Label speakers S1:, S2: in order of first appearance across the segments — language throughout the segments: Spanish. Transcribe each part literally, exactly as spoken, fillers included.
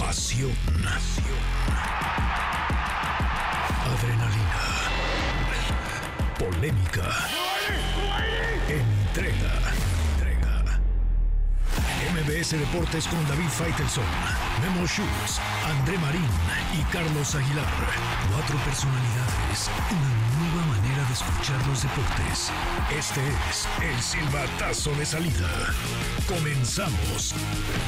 S1: Pasión, adrenalina, polémica, entrega. M B S Deportes con David Faitelson, Memo Schutz, André Marín y Carlos Aguilar. Cuatro personalidades, una nueva manera de escuchar los deportes. Este es el silbatazo de salida. Comenzamos.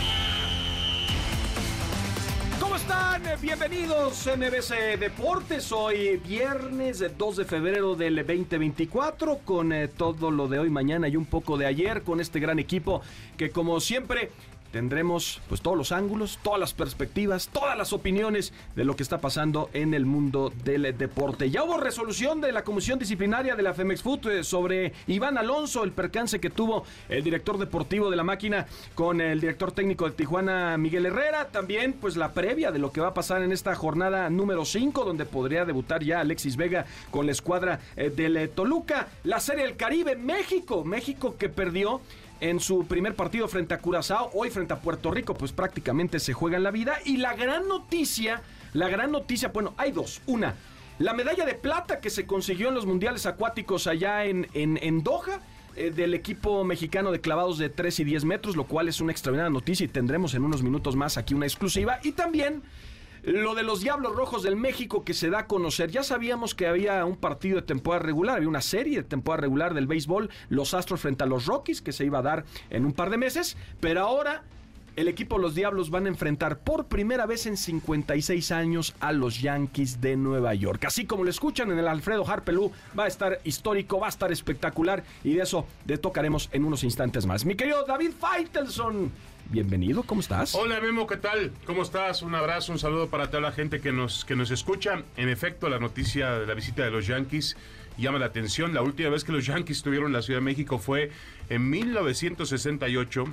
S2: ¿Cómo están? Bienvenidos a M B S Deportes. Hoy viernes dos de febrero del veinte veinticuatro con eh, todo lo de hoy, mañana y un poco de ayer con este gran equipo que, como siempre, tendremos pues todos los ángulos, todas las perspectivas, todas las opiniones de lo que está pasando en el mundo del deporte. Ya hubo resolución de la Comisión Disciplinaria de la Femexfoot eh, sobre Iván Alonso, el percance que tuvo el director deportivo de la máquina con el director técnico de Tijuana, Miguel Herrera. También pues la previa de lo que va a pasar en esta jornada número cinco, donde podría debutar ya Alexis Vega con la escuadra eh, del eh, Toluca. La Serie del Caribe, México, México que perdió en su primer partido frente a Curazao, hoy frente a Puerto Rico, pues prácticamente se juegan la vida. Y la gran noticia, la gran noticia, bueno, hay dos. Una, la medalla de plata que se consiguió en los mundiales acuáticos allá en, en, en Doha, eh, del equipo mexicano de clavados de tres y diez metros, lo cual es una extraordinaria noticia y tendremos en unos minutos más aquí una exclusiva. Y también lo de los Diablos Rojos del México que se da a conocer. Ya sabíamos que había un partido de temporada regular, había una serie de temporada regular del béisbol, los Astros frente a los Rockies, que se iba a dar en un par de meses, pero ahora el equipo Los Diablos van a enfrentar por primera vez en cincuenta y seis años a los Yankees de Nueva York. Así como lo escuchan en el Alfredo Harpelú, va a estar histórico, va a estar espectacular y de eso le tocaremos en unos instantes más. Mi querido David Faitelson, bienvenido, ¿cómo estás?
S3: Hola Memo, ¿qué tal? ¿Cómo estás? Un abrazo, un saludo para toda la gente que nos, que nos escucha. En efecto, la noticia de la visita de los Yankees llama la atención. La última vez que los Yankees estuvieron en la Ciudad de México fue en mil novecientos sesenta y ocho.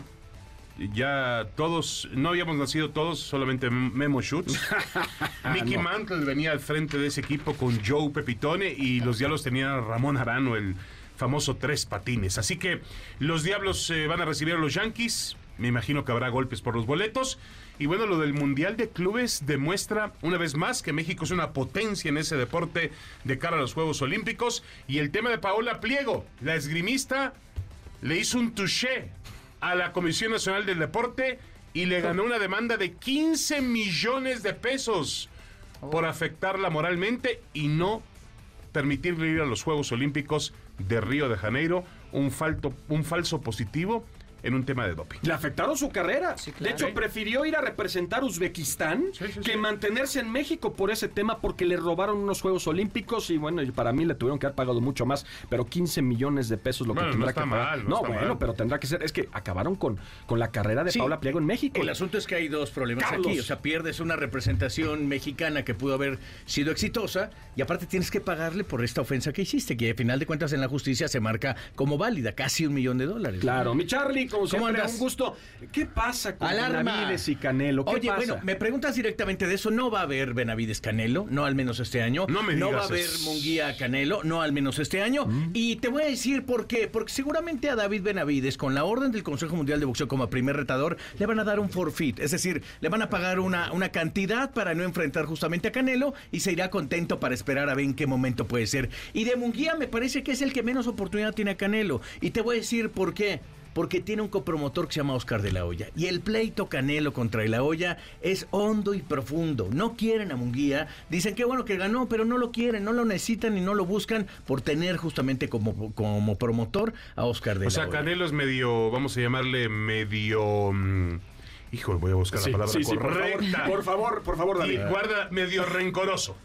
S3: Ya todos, no habíamos nacido todos, solamente Memo Schutz. Mickey no. Mantle venía al frente de ese equipo con Joe Pepitone y los Diablos tenían a Ramón Arano, el famoso tres patines. Así que los Diablos eh, van a recibir a los Yankees. Me imagino que habrá golpes por los boletos. Y bueno, lo del Mundial de Clubes demuestra una vez más que México es una potencia en ese deporte de cara a los Juegos Olímpicos. Y el tema de Paola Pliego, la esgrimista, le hizo un touché a la Comisión Nacional del Deporte y le ganó una demanda de quince millones de pesos por afectarla moralmente y no permitirle ir a los Juegos Olímpicos de Río de Janeiro, un, falto, un falso positivo en un tema de doping.
S2: Le afectaron su carrera. Sí, claro. De hecho,
S3: sí.
S2: prefirió ir a representar Uzbekistán
S3: sí, sí,
S2: que
S3: sí.
S2: mantenerse en México por ese tema, porque le robaron unos Juegos Olímpicos y bueno, para mí le tuvieron que haber pagado mucho más, pero quince millones de pesos lo
S3: bueno,
S2: que tendrá
S3: no está
S2: que pagar.
S3: Mal, no,
S2: no
S3: está
S2: bueno,
S3: mal.
S2: pero tendrá que ser, es que acabaron con, con la carrera de
S4: sí,
S2: Paola Pliego en México.
S4: El asunto es que hay dos problemas
S2: Carlos.
S4: aquí, o sea, pierdes una representación mexicana que pudo haber sido exitosa y aparte tienes que pagarle por esta ofensa que hiciste, que a final de cuentas en la justicia se marca como válida, casi un millón de dólares.
S2: Claro, ¿no? Mi Charlie, como siempre,
S4: andas?
S2: un gusto. ¿Qué pasa con
S4: Alarma.
S2: Benavides y Canelo? ¿Qué
S4: Oye,
S2: pasa?
S4: bueno, me preguntas directamente de eso. No va a haber Benavides Canelo, no al menos este año.
S3: No me digas
S4: No va a haber
S3: eso.
S4: Munguía Canelo, no al menos este año. Mm. Y te voy a decir por qué. Porque seguramente a David Benavides, con la orden del Consejo Mundial de Boxeo como primer retador, le van a dar un forfeit. Es decir, le van a pagar una, una cantidad para no enfrentar justamente a Canelo y se irá contento para esperar a ver en qué momento puede ser. Y de Munguía me parece que es el que menos oportunidad tiene a Canelo. Y te voy a decir por qué. Porque tiene un copromotor que se llama Oscar de la Hoya. Y el pleito Canelo contra de la Hoya es hondo y profundo. No quieren a Munguía. Dicen que bueno que ganó, pero no lo quieren, no lo necesitan y no lo buscan por tener justamente como, como promotor a Oscar de
S3: o
S4: la
S3: sea,
S4: Hoya.
S3: Canelo es medio, vamos a llamarle medio... Mmm, hijo, voy a buscar
S2: sí,
S3: la palabra
S2: sí, sí,
S3: correcta.
S2: Por favor, por favor, David.
S3: Y guarda, medio rencoroso.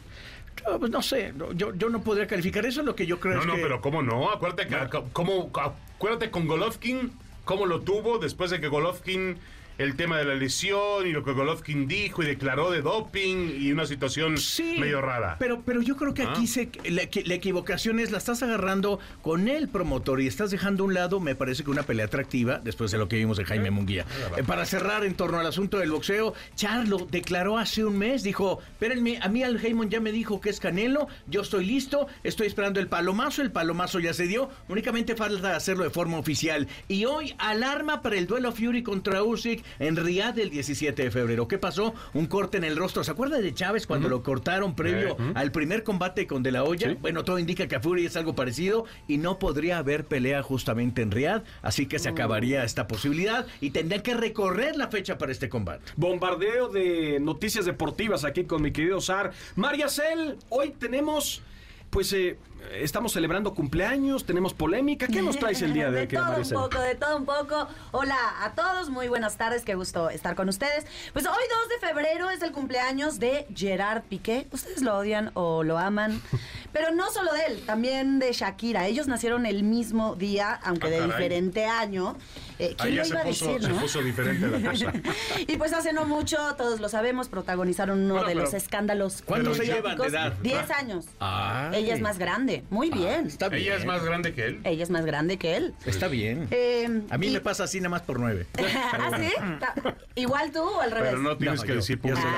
S4: No, pues no sé, yo, yo no podría calificar eso, lo que yo creo
S3: No,
S4: es
S3: no,
S4: que...
S3: pero ¿cómo no? Acuérdate, que, ¿cómo, acuérdate con Golovkin, cómo lo tuvo después de que Golovkin el tema de la lesión y lo que Golovkin dijo y declaró de doping y una situación
S4: sí,
S3: medio rara.
S4: Pero, pero yo creo que aquí ¿Ah? se, la, la equivocación es la estás agarrando con el promotor y estás dejando a un lado, me parece que una pelea atractiva después de lo que vimos de Jaime Munguía. Eh, para cerrar en torno al asunto del boxeo, Charlo declaró hace un mes, dijo, espérenme, a mí Al Haymon ya me dijo que es Canelo, yo estoy listo, estoy esperando el palomazo, el palomazo ya se dio, únicamente falta hacerlo de forma oficial. Y hoy alarma para el duelo Fury contra Usyk en Riad el diecisiete de febrero. ¿Qué pasó? Un corte en el rostro. ¿Se acuerda de Chávez cuando uh-huh. lo cortaron previo uh-huh. al primer combate con De La Hoya? ¿Sí? Bueno, todo indica que a Fury es algo parecido y no podría haber pelea justamente en Riad, así que se acabaría esta posibilidad y tendría que recorrer la fecha para este combate.
S2: Bombardeo de noticias deportivas aquí con mi querido Zar. María Cel, hoy tenemos... Pues eh, estamos celebrando cumpleaños, tenemos polémica. ¿Qué nos traes el día de hoy?
S5: De todo un poco, de todo un poco. Hola a todos, muy buenas tardes, qué gusto estar con ustedes. Pues hoy dos de febrero es el cumpleaños de Gerard Piqué. Ustedes lo odian o lo aman, pero no solo de él, también de Shakira. Ellos nacieron el mismo día, aunque ah, de caray. diferente año. Eh, ¿Quién lo iba a decir,
S3: se
S5: no?
S3: puso diferente la cosa.
S5: Y pues hace no mucho, todos lo sabemos, protagonizaron uno bueno, de los escándalos.
S4: ¿Cuántos se llevan de edad?
S5: Diez años.
S4: Ay.
S5: Ella es más grande, muy bien.
S4: Ah, está bien.
S3: ¿Ella es más grande que él?
S5: Ella es más grande que él.
S4: Está bien.
S5: Eh,
S4: a mí
S5: y...
S4: me pasa así nada más por nueve.
S5: ¿Ah, sí? ¿Igual tú o al revés?
S3: Pero no tienes
S4: no,
S3: que
S4: yo,
S3: decir
S4: yo
S3: público.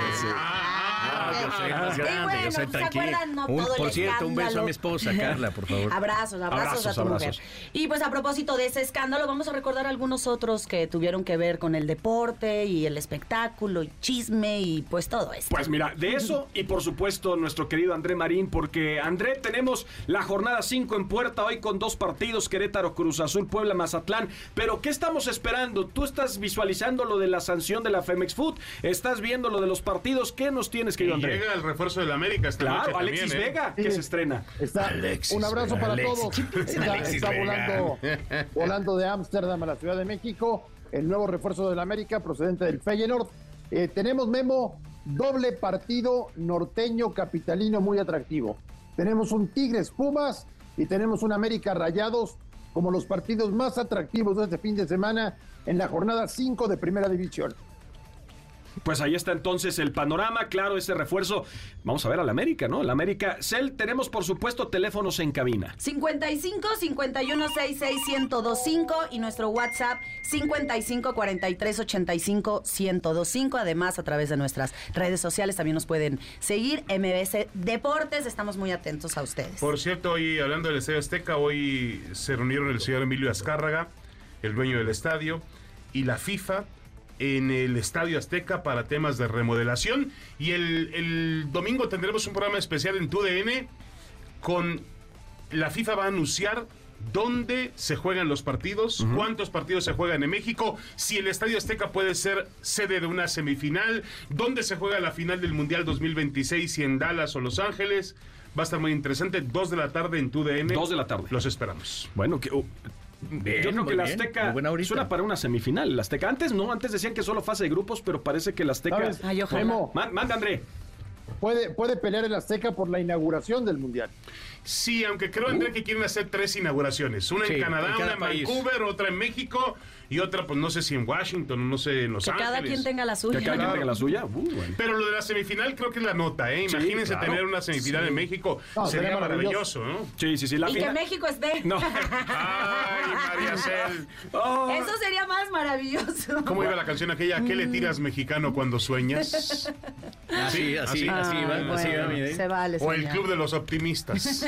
S4: Ah, yo soy más grande,
S5: bueno,
S4: yo soy
S5: ¿se
S4: tranquilo.
S5: acuerdan? No,
S4: un,
S5: todo
S4: por
S5: el
S4: cierto,
S5: escándalo.
S4: un beso a mi esposa, Carla, por favor.
S5: Abrazos, abrazos, abrazos a tu abrazos. mujer. Y pues a propósito de ese escándalo, vamos a recordar algunos otros que tuvieron que ver con el deporte y el espectáculo y chisme y pues todo esto.
S2: Pues mira, de eso y por supuesto nuestro querido André Marín, porque André, tenemos la jornada cinco en puerta hoy con dos partidos, Querétaro, Cruz Azul, Puebla, Mazatlán. Pero ¿qué estamos esperando? Tú estás visualizando lo de la sanción de la Femex Food, estás viendo lo de los partidos. ¿Qué nos tienes, querido André?
S3: Llega el refuerzo de la América esta
S2: claro,
S3: noche
S2: Alexis
S3: también,
S2: Vega,
S3: ¿eh?
S2: que sí. se estrena.
S6: Está,
S4: Alexis,
S6: un abrazo para
S4: Alexis.
S6: todos. Está, está volando, volando de Ámsterdam a la Ciudad de México, el nuevo refuerzo de la América procedente del Feyenoord. Eh, tenemos, Memo, doble partido norteño capitalino muy atractivo. Tenemos un Tigres Pumas y tenemos un América Rayados como los partidos más atractivos de este fin de semana en la jornada cinco de Primera División.
S2: Pues ahí está entonces el panorama, claro, ese refuerzo. Vamos a ver al América, ¿no? El América. Cel, tenemos por supuesto teléfonos en cabina.
S5: cincuenta y cinco, cincuenta y uno, sesenta y seis, ciento veinticinco y nuestro WhatsApp cincuenta y cinco, cuarenta y tres, ochenta y cinco, ciento veinticinco. Además, a través de nuestras redes sociales también nos pueden seguir. M B S Deportes, estamos muy atentos a ustedes.
S3: Por cierto, hoy hablando del Estadio Azteca, hoy se reunieron el señor Emilio Azcárraga, el dueño del estadio, y la FIFA en el Estadio Azteca para temas de remodelación. Y el, el domingo tendremos un programa especial en T U D N con la FIFA. Va a anunciar dónde se juegan los partidos, uh-huh. cuántos partidos se juegan en México, si el Estadio Azteca puede ser sede de una semifinal, dónde se juega la final del Mundial dos mil veintiséis, si en Dallas o Los Ángeles. Va a estar muy interesante. Dos de la tarde en T U D N.
S2: Dos de la tarde.
S3: Los esperamos.
S2: Bueno, que... Uh... Bien, yo creo que el Azteca suena para una semifinal. El Azteca, antes no, antes decían que solo fase de grupos, pero parece que el Azteca...
S5: Ay, ojalá.
S2: Manda, André.
S6: Puede, puede pelear el Azteca por la inauguración del Mundial.
S3: Sí, aunque creo, André, que quieren hacer tres inauguraciones. Una sí, en Canadá, en una en país. Vancouver, otra en México y otra, pues no sé si en Washington, no sé, en Los
S5: que
S3: Ángeles.
S5: Que cada quien tenga la suya.
S2: Que cada
S5: ¿no?
S2: quien tenga la suya. Uh, bueno.
S3: Pero lo de la semifinal creo que es la nota, ¿eh?
S2: Sí,
S3: Imagínense
S2: claro.
S3: tener una semifinal
S2: sí.
S3: en México.
S6: No,
S3: sería maravilloso, maravilloso, ¿no?
S2: Sí, sí, sí. La
S5: y
S2: final...
S5: que México esté.
S2: No.
S3: Ay, María Cel.
S5: Oh. Eso sería más maravilloso.
S3: ¿Cómo iba la canción aquella? ¿A qué le tiras, mexicano, cuando sueñas?
S4: Así, así, así,
S5: ah,
S4: así, va,
S5: bueno,
S4: así va, mire.
S5: Se vale,
S3: o el Club de los Optimistas.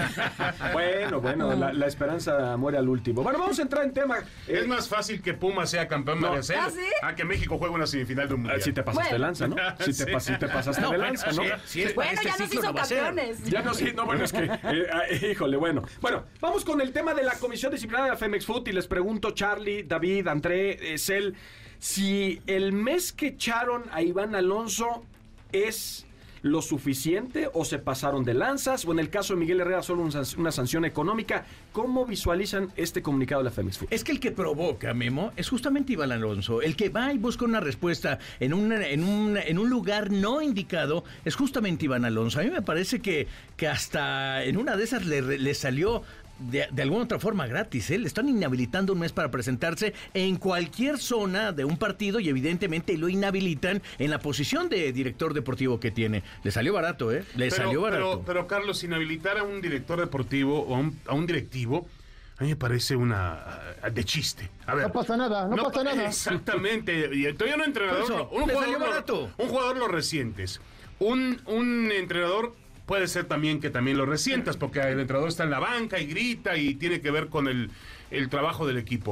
S2: Bueno, bueno, la, la esperanza muere al último. Bueno, vamos a entrar en tema.
S3: Es eh, más fácil que Puma sea campeón, no. María Cel,
S5: ¿Ah, sí?
S3: a que México juegue una semifinal de un mundial.
S2: Si te pasaste de
S5: bueno.
S2: lanza, ¿no? Si te, pas, si te pasaste
S4: no,
S2: de lanza, ¿no?
S4: Sí, sí, es,
S5: bueno,
S4: este
S5: ya nos hizo
S4: no
S5: campeones.
S2: Ya no, sí, no, bueno, es que, eh, eh, híjole, bueno. Bueno, vamos con el tema de la Comisión Disciplinaria de la Femex Food y les pregunto, Charlie, David, André, eh, Cel, si el mes que echaron a Iván Alonso es lo suficiente o se pasaron de lanzas, o en el caso de Miguel Herrera solo un, una sanción económica. ¿Cómo visualizan este comunicado de la Femex Food?
S4: Es que el que provoca, Memo, es justamente Iván Alonso. El que va y busca una respuesta en un, en un, en un lugar no indicado es justamente Iván Alonso. A mí me parece que, que hasta en una de esas le, le salió De, de alguna otra forma gratis, ¿eh? Le están inhabilitando un mes para presentarse en cualquier zona de un partido y evidentemente lo inhabilitan en la posición de director deportivo que tiene. Le salió barato, ¿eh? Le
S3: pero,
S4: salió barato.
S3: Pero, pero Carlos, inhabilitar a un director deportivo o a un, a un directivo, a mí me parece una uh, de chiste. A ver,
S6: no pasa nada, no, no pasa nada.
S3: Exactamente. Y todavía no entrenador.
S4: Eso,
S3: un,
S4: le
S3: jugador
S4: salió barato.
S3: Lo, un jugador lo resientes. Un, un entrenador puede ser también que también lo resientas, porque el entrenador está en la banca y grita y tiene que ver con el, el trabajo del equipo.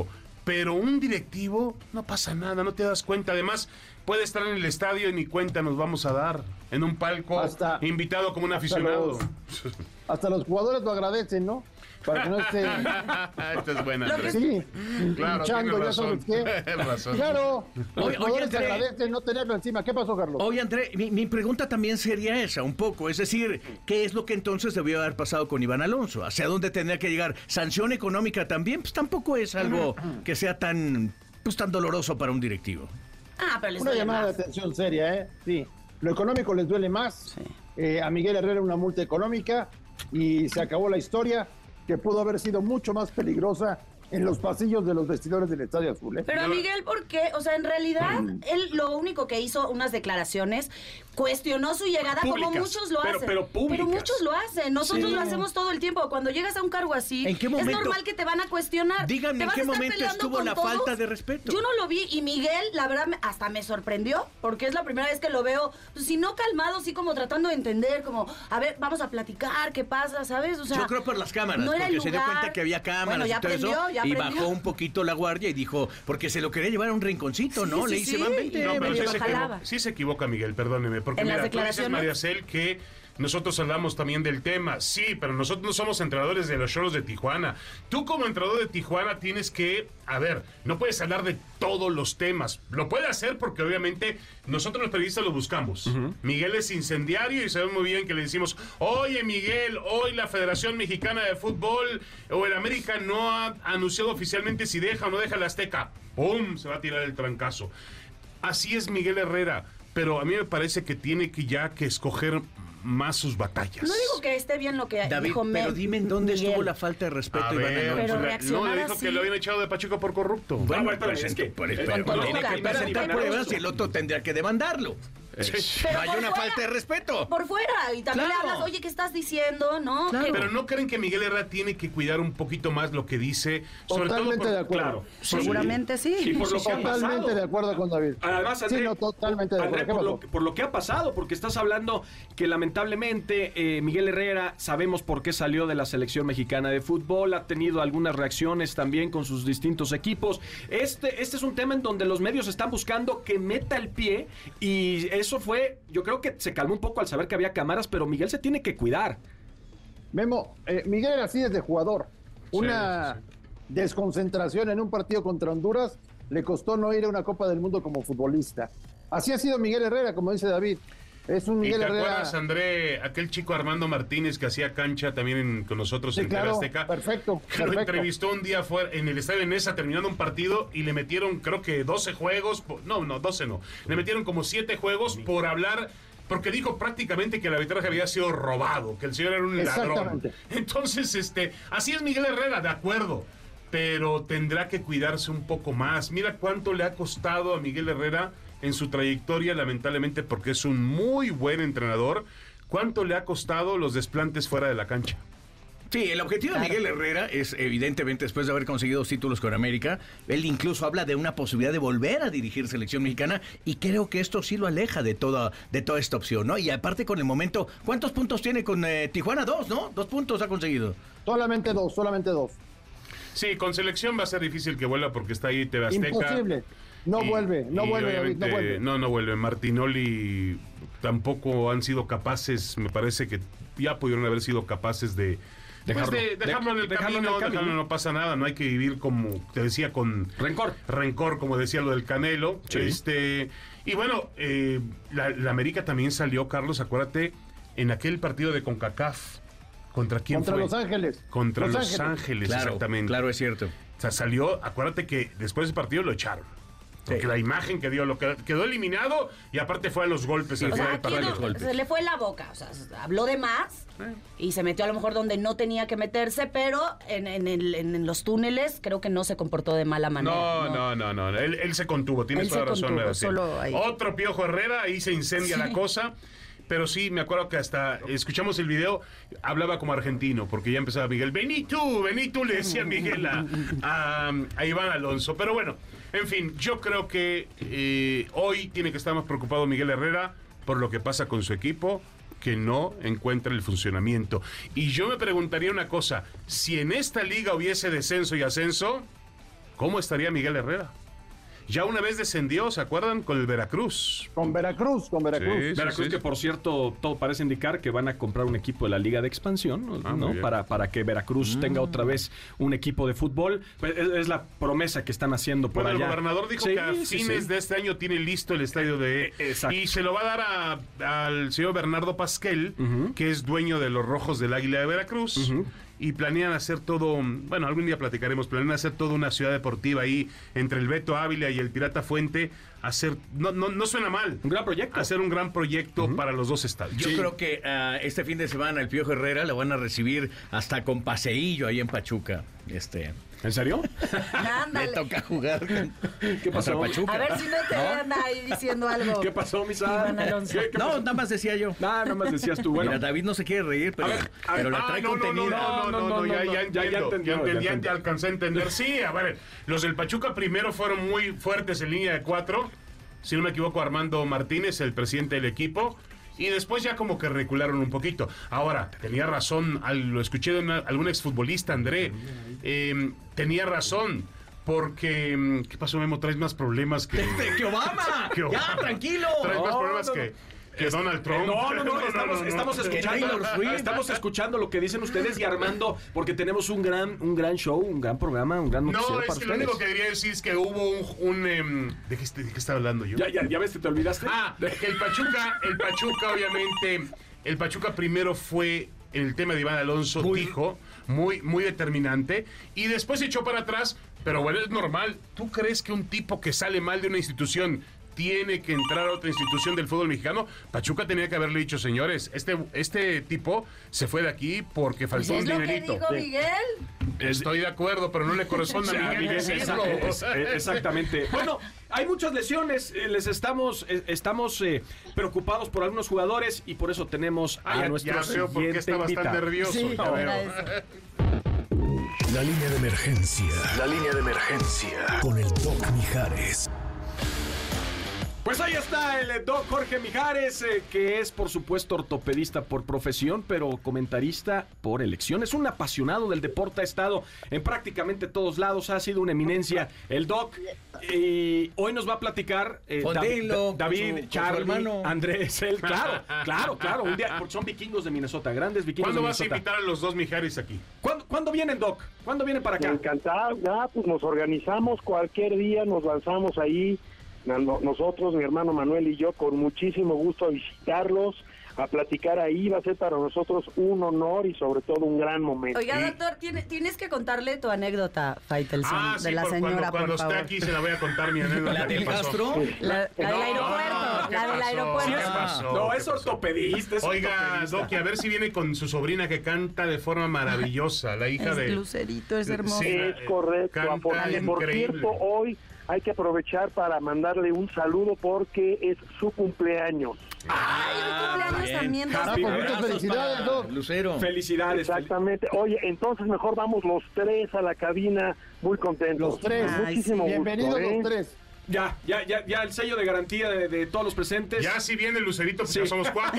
S3: Pero un directivo, no pasa nada, no te das cuenta. Además, puede estar en el estadio y ni cuenta nos vamos a dar. En un palco,
S6: Hasta-
S3: invitado como un
S6: hasta
S3: aficionado.
S6: los- Hasta los jugadores lo agradecen, ¿no? Para que no esté...
S3: Esta es buena,
S5: Lo que
S3: Andrés.
S6: Sí,
S3: Claro,
S6: hinchando,
S3: tienes
S6: ya
S3: razón.
S6: sabes qué.
S3: Tienes razón.
S6: Claro, los
S4: Oye, oye,
S6: jugadores
S4: André.
S6: agradecen no tenerlo encima. ¿Qué pasó, Carlos?
S4: Oye, André, mi, mi pregunta también sería esa, un poco. Es decir, ¿qué es lo que entonces debió haber pasado con Iván Alonso? ¿Hacia dónde tendría que llegar? ¿Sanción económica también? Pues tampoco es algo que sea tan, pues, tan doloroso para un directivo.
S5: Ah, pero les
S6: Una
S5: duele
S6: llamada
S5: más.
S6: de atención seria, ¿eh? Sí. Lo económico les duele más.
S5: Sí.
S6: Eh, a Miguel Herrera una multa económica y se acabó la historia, que pudo haber sido mucho más peligrosa en los pasillos de los vestidores del Estadio Azul, ¿eh?
S5: Pero a Miguel, ¿por qué? O sea, en realidad,
S3: Mm.
S5: él lo único que hizo, unas declaraciones, cuestionó su llegada como
S2: Públicas,
S5: muchos lo
S2: pero-
S5: hacen.
S2: pero públicas.
S5: muchos lo hacen. Nosotros
S4: Sí.
S5: lo hacemos todo el tiempo. Cuando llegas a un cargo así,
S4: ¿En qué
S5: es
S4: momento?
S5: normal que te van a cuestionar.
S4: Díganme,
S5: ¿Te
S4: ¿en
S5: vas
S4: qué
S5: a estar
S4: momento
S5: peleando
S4: estuvo
S5: con
S4: la
S5: todos?
S4: falta de respeto?
S5: Yo no lo vi y Miguel, la verdad, me- hasta me sorprendió porque es la primera vez que lo veo, pues, si no calmado, así como tratando de entender, como, a ver, vamos a platicar, ¿qué pasa? ¿Sabes? O sea,
S4: Yo creo por las cámaras,
S5: no era
S4: porque
S5: el
S4: se dio
S5: lugar.
S4: cuenta que había cámaras
S5: Bueno, ya
S4: y todo
S5: aprendió,
S4: eso,
S5: ya
S4: y
S5: aprendió.
S4: bajó un poquito la guardia y dijo, porque se lo quería llevar a un rinconcito, ¿no?
S5: Sí,
S4: Le
S5: sí,
S4: dice,
S5: sí.
S4: van, vente,
S3: No, pero
S4: vente,
S3: sí
S5: lo
S3: se,
S4: baja".
S5: jalaba.
S3: equivo- sí se equivoca Miguel, perdóneme, porque
S5: ¿En las
S3: mira, tú dices,
S5: declaraciones?
S3: María Cel, que nosotros hablamos también del tema. Sí, pero nosotros no somos entrenadores de los Cholos de Tijuana. Tú como entrenador de Tijuana tienes que, a ver, no puedes hablar de todos los temas. Lo puede hacer porque obviamente nosotros los periodistas lo buscamos. Miguel es incendiario y sabemos muy bien que le decimos, oye Miguel, hoy la Federación Mexicana de Fútbol o el América no ha anunciado oficialmente si deja o no deja la Azteca. ¡Pum! Se va a tirar el trancazo. Así es Miguel Herrera, pero a mí me parece que tiene que ya que escoger más sus batallas.
S5: No digo que esté bien lo que
S4: David,
S5: dijo
S4: pero
S5: Me-
S4: dime en dónde
S5: Miguel.
S4: estuvo la falta de respeto,
S3: A
S4: Iván
S3: ver,
S4: Alonso.
S5: Pero
S3: pues, la-
S5: reaccionar
S3: no, le dijo
S5: así.
S3: que lo habían echado de Pachuca por corrupto.
S4: Bueno,
S2: bueno,
S4: pero,
S2: es
S4: es
S2: que-
S4: que, por-
S2: es
S4: pero
S2: con todo
S4: tiene que
S5: respeto,
S4: presentar
S2: Iván
S4: pruebas
S2: Alonso.
S4: y el otro tendría que demandarlo.
S5: Pero
S4: no hay
S5: por
S4: una
S5: fuera.
S4: falta de respeto.
S5: Por fuera, y también
S4: Claro.
S5: le hablas, oye, ¿qué estás diciendo? ¿No?
S4: Claro.
S5: Que-
S3: Pero ¿no creen que Miguel Herrera tiene que cuidar un poquito más lo que dice? Sobre
S6: Totalmente
S3: todo por-
S6: de acuerdo.
S2: Claro.
S5: Seguramente sí.
S2: Y por lo que ha
S6: Totalmente
S2: pasado.
S6: de acuerdo con David.
S2: Además, André,
S6: sí, no, totalmente de
S2: André,
S6: acuerdo. ¿Qué
S2: por, lo,
S6: pasó?
S2: que- por lo que ha pasado, porque estás hablando que lamentablemente eh, Miguel Herrera, sabemos por qué salió de la selección mexicana de fútbol, ha tenido algunas reacciones también con sus distintos equipos. Este, este es un tema en donde los medios están buscando que meta el pie y eso fue, yo creo que se calmó un poco al saber que había cámaras, pero Miguel se tiene que cuidar.
S6: Memo, eh, Miguel era así desde jugador. Una
S3: sí,
S6: desconcentración en un partido contra Honduras le costó no ir a una Copa del Mundo como futbolista. Así ha sido Miguel Herrera, como dice David. Es un
S3: ¿Y
S6: Miguel
S3: te
S6: Herrera.
S3: acuerdas, André, aquel chico Armando Martínez que hacía cancha también en- con nosotros
S6: Sí,
S3: en T V
S6: claro,
S3: Azteca?
S6: perfecto,
S3: Que lo
S6: perfecto.
S3: entrevistó un día fuera en el estadio de Nesa terminando un partido y le metieron creo que doce juegos, po- no, no, doce no, le metieron como siete juegos por hablar, porque dijo prácticamente que el arbitraje había sido robado, que el señor era un ladrón.
S6: Exactamente.
S3: Entonces, este, así es Miguel Herrera, de acuerdo, pero tendrá que cuidarse un poco más. Mira cuánto le ha costado a Miguel Herrera en su trayectoria, lamentablemente, porque es un muy buen entrenador. ¿Cuánto le ha costado los desplantes fuera de la cancha?
S4: Sí, el objetivo de Miguel Herrera es, evidentemente, después de haber conseguido dos títulos con América, él incluso habla de una posibilidad de volver a dirigir selección mexicana y creo que esto sí lo aleja de toda, de toda esta opción, ¿no? Y aparte con el momento, ¿cuántos puntos tiene con eh, Tijuana? Dos, ¿no? Dos puntos ha conseguido.
S6: Solamente dos, solamente dos.
S3: Sí, con selección va a ser difícil que vuelva porque está ahí T V Azteca.
S6: Imposible. No
S3: Y-
S6: vuelve, no
S3: y
S6: vuelve, David, no
S3: obviamente,
S6: vuelve.
S3: No, no vuelve. Martinoli tampoco han sido capaces, me parece que ya pudieron haber sido capaces de... pues,
S2: Dejarlo.
S3: de dejarlo en el
S2: De- dejarlo en
S3: camino,
S2: el camino.
S3: dejarlo, no pasa nada, no hay que vivir como te decía con
S2: Rencor.
S3: rencor, como decía lo del Canelo.
S2: Sí.
S3: Este, y bueno, eh, la, la América también salió, Carlos, acuérdate, en aquel partido de CONCACAF. ¿Contra quién
S6: Contra
S3: fue?
S6: Los Ángeles.
S3: Contra Los,
S6: Los
S3: Ángeles,
S6: Ángeles.
S4: Claro,
S3: exactamente.
S4: claro, es cierto.
S3: O sea, salió, acuérdate que después del partido lo echaron. Porque
S4: Sí.
S3: la imagen que dio, lo que quedó eliminado y aparte fue a los golpes al
S5: O
S3: final
S5: sea,
S3: del
S5: aquí
S3: partido.
S5: no-
S4: los golpes.
S5: se le fue la boca, o sea, habló de más y se metió a lo mejor donde no tenía que meterse, pero en, en el- en los túneles creo que no se comportó de mala manera.
S3: No, no, no, no, Él, él se contuvo, tienes
S5: Él
S3: toda
S5: se
S3: razón.
S5: contuvo,
S3: Medacel.
S5: solo ahí.
S3: Otro Piojo Herrera, ahí se incendia la cosa. Pero sí, me acuerdo que hasta escuchamos el video, hablaba como argentino, porque ya empezaba Miguel, vení tú, vení tú, le decía Miguel a, a, a Iván Alonso. Pero bueno, en fin, yo creo que eh, hoy tiene que estar más preocupado Miguel Herrera por lo que pasa con su equipo, que no encuentra el funcionamiento. Y yo me preguntaría una cosa, si en esta liga hubiese descenso y ascenso, ¿cómo estaría Miguel Herrera? Ya una vez descendió, ¿se acuerdan? Con el Veracruz.
S6: Con Veracruz, con Veracruz.
S3: Sí, sí,
S2: Veracruz,
S3: sí.
S2: que por cierto, todo parece indicar que van a comprar un equipo de la Liga de Expansión, ¿no?
S3: Ah, muy bien.
S2: Para, para que Veracruz mm. tenga otra vez un equipo de fútbol. Pues es, es la promesa que están haciendo por
S3: Bueno,
S2: allá.
S3: el gobernador dijo
S2: Sí,
S3: que a
S2: sí,
S3: fines
S2: sí.
S3: de este año tiene listo el estadio de...
S2: Exacto.
S3: Y se lo va a dar a- al señor Bernardo Pasquel,
S2: Ujú.
S3: que es dueño de los Rojos del Águila de Veracruz.
S2: Ujú.
S3: Y planean hacer todo, bueno, algún día platicaremos, planean hacer toda una ciudad deportiva ahí entre el Beto Ávila y el Pirata Fuente, hacer, no, no, no suena mal,
S2: Un gran proyecto.
S3: hacer un gran proyecto uh-huh. para los dos estadios.
S4: Yo
S3: Sí.
S4: creo que uh, este fin de semana el Piojo Herrera lo van a recibir hasta con paseillo ahí en Pachuca. Este,
S2: ¿En serio?
S4: me
S5: Ándale.
S4: toca jugar con,
S2: ¿Qué pasó?
S4: contra Pachuca.
S5: A ver si no te anda ahí diciendo algo.
S2: ¿Qué pasó, Misa?
S5: Iván Alonso.
S2: ¿Qué, qué
S4: No,
S2: pasó?
S4: nada más decía yo.
S2: Ah, nada más decías tú. Bueno,
S4: Mira, David no se quiere reír, pero,
S2: A ver, a ver,
S4: pero la
S3: Ah,
S4: trae
S3: no, no,
S4: contenida.
S3: No, no, no, no, ya, ya,
S2: no, ya, ya
S3: entiendo,
S2: entendió,
S3: ya, entendí,
S2: ya
S3: ya
S2: entendió.
S3: alcancé a entender. Sí, a ver, los del Pachuca primero fueron muy fuertes en línea de cuatro, si no me equivoco, Armando Martínez, el presidente del equipo, y después ya como que recularon un poquito. Ahora, tenía razón, al- lo escuché de una- algún exfutbolista, André, eh, tenía razón, porque, mm, ¿qué pasó, Memo? Traes más problemas que...
S4: ¡Que Obama!
S3: que
S4: ¡Ya,
S3: Obama.
S4: tranquilo!
S3: Traes más
S2: No,
S3: problemas
S2: no,
S3: que,
S2: no.
S3: que Donald Trump.
S2: No, no, no, estamos, estamos
S4: Que
S2: escuchando,
S4: Taylor Swift.
S2: estamos escuchando lo que dicen ustedes y Armando, porque tenemos un gran, un gran show, un gran programa, un gran noticiero
S3: No, es
S2: para
S3: que lo
S2: ustedes.
S3: único que quería decir es que hubo un... un em, ¿de, qué, ¿De qué estaba hablando yo?
S2: Ya, ya, ya ves que te olvidaste.
S3: Ah, que el Pachuca, el Pachuca obviamente, el Pachuca primero fue en el tema de Iván Alonso,
S2: Muy-
S3: dijo, muy, muy determinante, y después se echó para atrás, pero bueno, es normal. ¿Tú crees que un tipo que sale mal de una institución tiene que entrar a otra institución del fútbol mexicano? Pachuca tenía que haberle dicho, señores, este, este tipo se fue de aquí porque
S5: Pues
S3: faltó
S5: es
S3: un
S5: lo que
S3: dinerito.
S5: dijo Miguel.
S3: Estoy de acuerdo, pero no le corresponde
S2: Sí,
S3: a Miguel
S2: Miguel,
S3: decirlo.
S2: es- es- exactamente. Bueno, hay muchas lesiones, eh, les estamos, eh, estamos eh, preocupados por algunos jugadores y por eso tenemos
S3: Ah,
S2: a
S3: ya,
S2: nuestro
S3: ya veo por qué
S2: siguiente
S3: estabas tan
S2: invitado.
S3: nervioso.
S5: Sí,
S3: ya veo.
S5: era eso.
S1: La línea de emergencia. La línea de emergencia. Con el Doc Mijares.
S2: Pues ahí está el doc Jorge Mijares, eh, que es por supuesto ortopedista por profesión, pero comentarista por elección. Es un apasionado del deporte, ha estado en prácticamente todos lados, ha sido una eminencia el doc. Y hoy nos va a platicar eh,
S4: Fondelo,
S2: Dav- David,
S4: con su- con su
S2: Charlie,
S4: hermano.
S2: Andrés, él, claro, claro, claro, un día, porque son vikingos de Minnesota, grandes vikingos
S3: ¿Cuándo
S2: de
S3: vas a
S2: Minnesota.
S3: invitar a los dos Mijares aquí?
S2: ¿Cuándo, ¿Cuándo vienen, doc? ¿Cuándo vienen para acá?
S7: Encantado, ya pues nos organizamos cualquier día, nos lanzamos ahí, na- no- nosotros, mi hermano Manuel y yo, con muchísimo gusto a visitarlos, a platicar ahí, va a ser para nosotros un honor y sobre todo un gran momento.
S5: Oiga, doctor, tiene- tienes que contarle tu anécdota, Faitelson,
S3: Ah, sí,
S5: de la
S3: por-
S5: señora,
S3: cuando, cuando
S5: por favor.
S3: esté aquí se la voy a contar mi anécdota.
S4: ¿La del
S3: ¿Qué pasó?
S4: Castro?
S5: La, la del
S3: No,
S5: aeropuerto,
S3: ¿qué
S5: la del
S3: pasó?
S5: aeropuerto.
S3: ¿Qué pasó?
S2: No,
S3: ¿Qué
S2: es
S3: pasó?
S2: ortopedista, es
S3: Oiga,
S2: ortopedista.
S3: Doki, a ver si viene con su sobrina que canta de forma maravillosa, la hija
S5: Es
S3: de...
S5: Lucerito, es hermoso.
S3: Sí.
S7: Es correcto,
S3: Canta
S7: por, por
S3: increíble.
S7: cierto, hoy hay que aprovechar para mandarle un saludo porque es su cumpleaños.
S5: Ay, hoy cumpleaños
S4: bien.
S5: también.
S6: Ah,
S5: doctor.
S6: pues muchas
S4: Abrazos
S6: felicidades,
S4: para
S6: Doc.
S4: Lucero.
S2: Felicidades.
S7: Exactamente. Oye, entonces mejor vamos los tres a la cabina, muy contentos.
S6: Los tres.
S7: Con
S5: Ay,
S7: muchísimo
S5: sí.
S6: Bienvenidos
S7: gusto, ¿eh?
S6: los tres.
S2: Ya, ya, ya, ya el sello de garantía de, de todos los presentes.
S3: Ya si viene Lucerito, pues
S2: Sí.
S3: ya somos cuatro.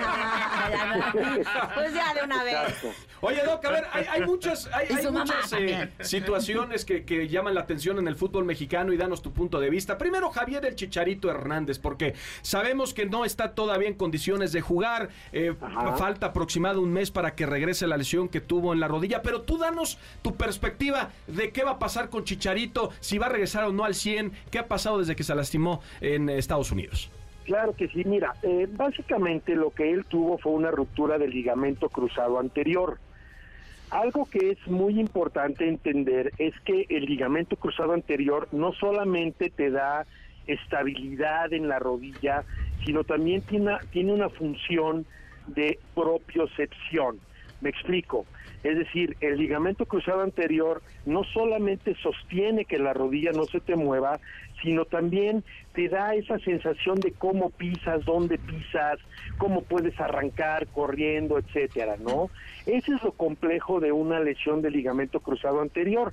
S5: Ah, ya, no. Pues ya de una vez.
S7: Exacto.
S2: Oye, Doc, a ver, hay, hay muchas, hay,
S5: Y
S2: hay
S5: su mamá
S2: muchas eh,
S5: también.
S2: situaciones que, que llaman la atención en el fútbol mexicano y danos tu punto de vista. Primero, Javier el Chicharito Hernández, porque sabemos que no está todavía en condiciones de jugar. eh,
S7: Ajá.
S2: falta aproximado un mes para que regrese la lesión que tuvo en la rodilla. Pero tú danos tu perspectiva de qué va a pasar con Chicharito, si va a regresar o no al cien, qué ha pasado desde que se lastimó en Estados Unidos.
S7: Claro que sí, mira, eh, básicamente lo que él tuvo fue una ruptura del ligamento cruzado anterior. Algo que es muy importante entender es que el ligamento cruzado anterior no solamente te da estabilidad en la rodilla, sino también tiene una, tiene una función de propiocepción. Me explico. Es decir, el ligamento cruzado anterior no solamente sostiene que la rodilla no se te mueva, sino también te da esa sensación de cómo pisas, dónde pisas, cómo puedes arrancar corriendo, etcétera, ¿no? Ese es lo complejo de una lesión del ligamento cruzado anterior.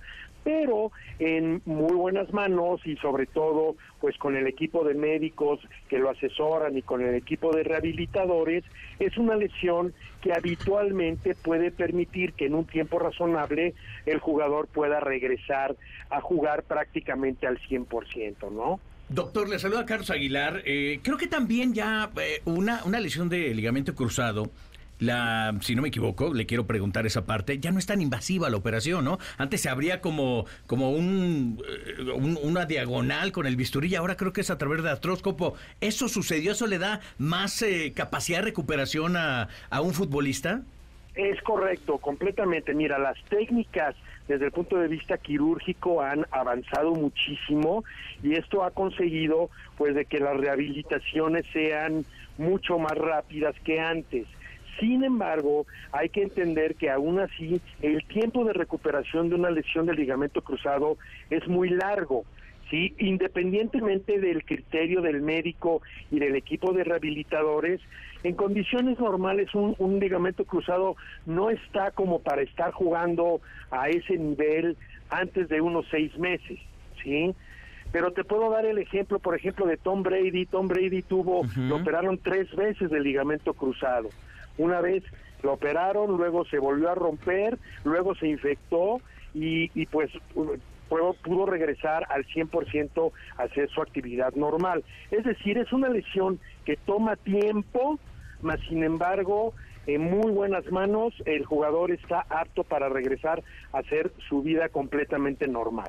S7: pero en muy buenas manos y sobre todo pues con el equipo de médicos que lo asesoran y con el equipo de rehabilitadores. Es una lesión que habitualmente puede permitir que en un tiempo razonable el jugador pueda regresar a jugar prácticamente al cien por ciento, ¿no?
S4: Doctor, le saluda Carlos Aguilar. Eh, creo que también ya eh, una, una lesión de ligamento cruzado, la, si no me equivoco, le quiero preguntar esa parte, ya no es tan invasiva la operación, ¿no? Antes se abría como, como un, un, una diagonal con el bisturí y ahora creo que es a través de artróscopo. ¿Eso sucedió? ¿Eso le da más eh, capacidad de recuperación a, a un futbolista?
S7: Es correcto, completamente. Mira, las técnicas desde el punto de vista quirúrgico han avanzado muchísimo y esto ha conseguido pues de que las rehabilitaciones sean mucho más rápidas que antes. Sin embargo, hay que entender que aún así el tiempo de recuperación de una lesión del ligamento cruzado es muy largo, ¿sí? Independientemente del criterio del médico y del equipo de rehabilitadores, en condiciones normales un, un ligamento cruzado no está como para estar jugando a ese nivel antes de unos seis meses, ¿sí? Pero te puedo dar el ejemplo, por ejemplo, de Tom Brady. Tom Brady tuvo, uh-huh. lo operaron tres veces del ligamento cruzado. Una vez lo operaron, luego se volvió a romper, luego se infectó y, y pues pudo, pudo regresar al cien por ciento a hacer su actividad normal. Es decir, es una lesión que toma tiempo, mas sin embargo, en muy buenas manos, el jugador está apto para regresar a hacer su vida completamente normal.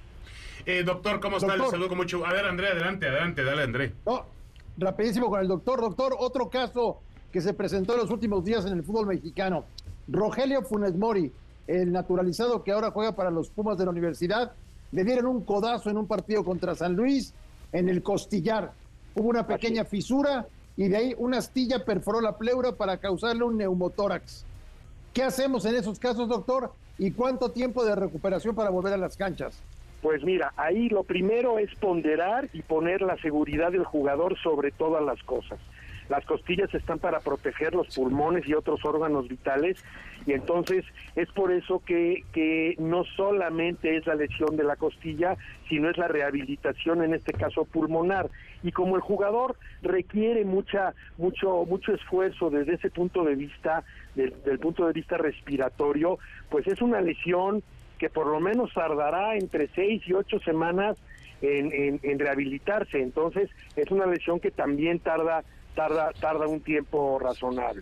S3: Eh, doctor, ¿cómo está?
S6: Doctor.
S3: Le saludo con mucho... A ver, André, adelante, adelante, dale, André.
S6: No, rapidísimo con el doctor. Doctor, otro caso que se presentó en los últimos días en el fútbol mexicano. Rogelio Funes Mori, el naturalizado que ahora juega para los Pumas de la Universidad, le dieron un codazo en un partido contra San Luis en el costillar. Hubo una pequeña fisura y de ahí una astilla perforó la pleura para causarle un neumotórax. ¿Qué hacemos en esos casos, doctor? ¿Y cuánto tiempo de recuperación para volver a las canchas?
S7: Pues mira, ahí lo primero es ponderar y poner la seguridad del jugador sobre todas las cosas. Las costillas están para proteger los pulmones y otros órganos vitales y entonces es por eso que, que no solamente es la lesión de la costilla, sino es la rehabilitación, en este caso pulmonar. Y como el jugador requiere mucha mucho mucho esfuerzo desde ese punto de vista, del, del punto de vista respiratorio, pues es una lesión que por lo menos tardará entre seis y ocho semanas en, en, en rehabilitarse. Entonces es una lesión que también tarda tarda tarda un tiempo razonable.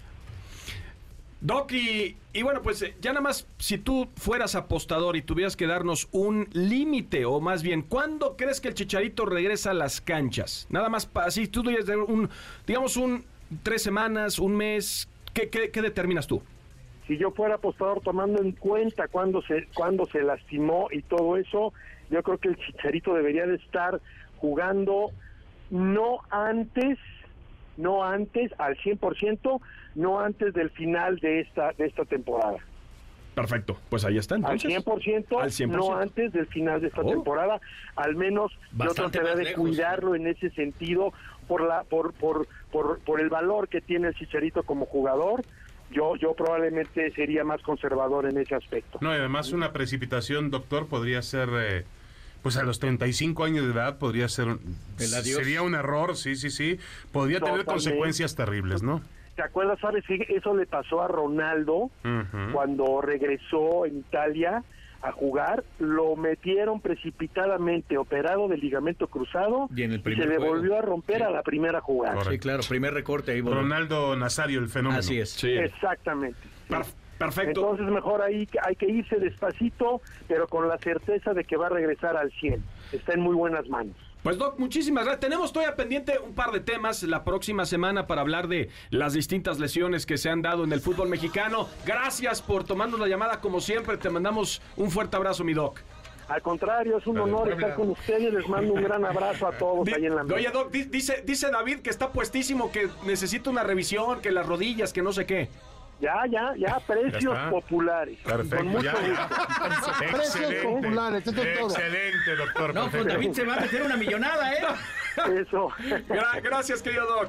S2: Doc, y, y bueno, pues ya nada más, si tú fueras apostador y tuvieras que darnos un límite, o más bien, ¿cuándo crees que el Chicharito regresa a las canchas? Nada más, así, tú tuvieras un, digamos, un tres semanas, un mes, ¿qué, qué, qué determinas tú?
S7: Si yo fuera apostador tomando en cuenta cuándo se, cuándo se lastimó y todo eso, yo creo que el Chicharito debería de estar jugando no antes... no antes, al cien por ciento, no antes del final de esta de esta temporada.
S2: Perfecto, pues ahí está entonces.
S7: Al cien por ciento,
S2: Al cien por ciento.
S7: no antes del final de esta
S2: Oh.
S7: temporada, al menos yo trataría de
S4: lejos,
S7: cuidarlo en ese sentido por la por por por por el valor que tiene el Chicharito como jugador. Yo yo probablemente sería más conservador en ese aspecto.
S3: No, y además una precipitación, doctor, podría ser... Eh... Pues a los treinta y cinco años de edad podría ser...
S4: El adiós.
S3: Sería un error, sí, sí, sí. Podría tener
S7: Totalmente.
S3: consecuencias terribles, ¿no?
S7: ¿Te acuerdas, sabes? Sí, eso le pasó a Ronaldo
S3: Uh-huh.
S7: cuando regresó en Italia a jugar. Lo metieron precipitadamente, operado del ligamento cruzado,
S4: Y en el
S7: y
S4: primer
S7: se le
S4: juego.
S7: volvió a romper
S4: Sí.
S7: a la primera jugada.
S3: Correcto.
S4: Sí, claro, primer recorte ahí. Bueno.
S3: Ronaldo Nazario, el fenómeno.
S4: Así es.
S2: Sí.
S7: Exactamente. sí.
S2: Per- perfecto.
S7: Entonces mejor ahí hay que irse despacito, pero con la certeza de que va a regresar al cien. Está en muy buenas manos.
S2: Pues Doc, muchísimas gracias. Tenemos todavía pendiente un par de temas la próxima semana para hablar de las distintas lesiones que se han dado en el fútbol mexicano. Gracias por tomarnos la llamada como siempre. Te mandamos un fuerte abrazo, mi Doc.
S7: Al contrario, es un honor estar con ustedes. Les mando un gran abrazo a todos
S2: Di-
S7: ahí en la mesa.
S2: Oye, Doc, di- dice, dice David que está puestísimo, que necesita una revisión, que las rodillas, que no sé qué.
S7: Ya, ya, ya, precios
S3: Ya está.
S7: populares.
S3: Perfecto,
S7: Con mucho
S3: ya.
S7: gusto.
S6: Precios populares, eso es todo.
S3: Excelente, doctor.
S4: No, pues
S3: perfecto.
S4: David se va a meter una millonada, ¿eh?
S7: Eso.
S2: Gra- gracias, querido Doc.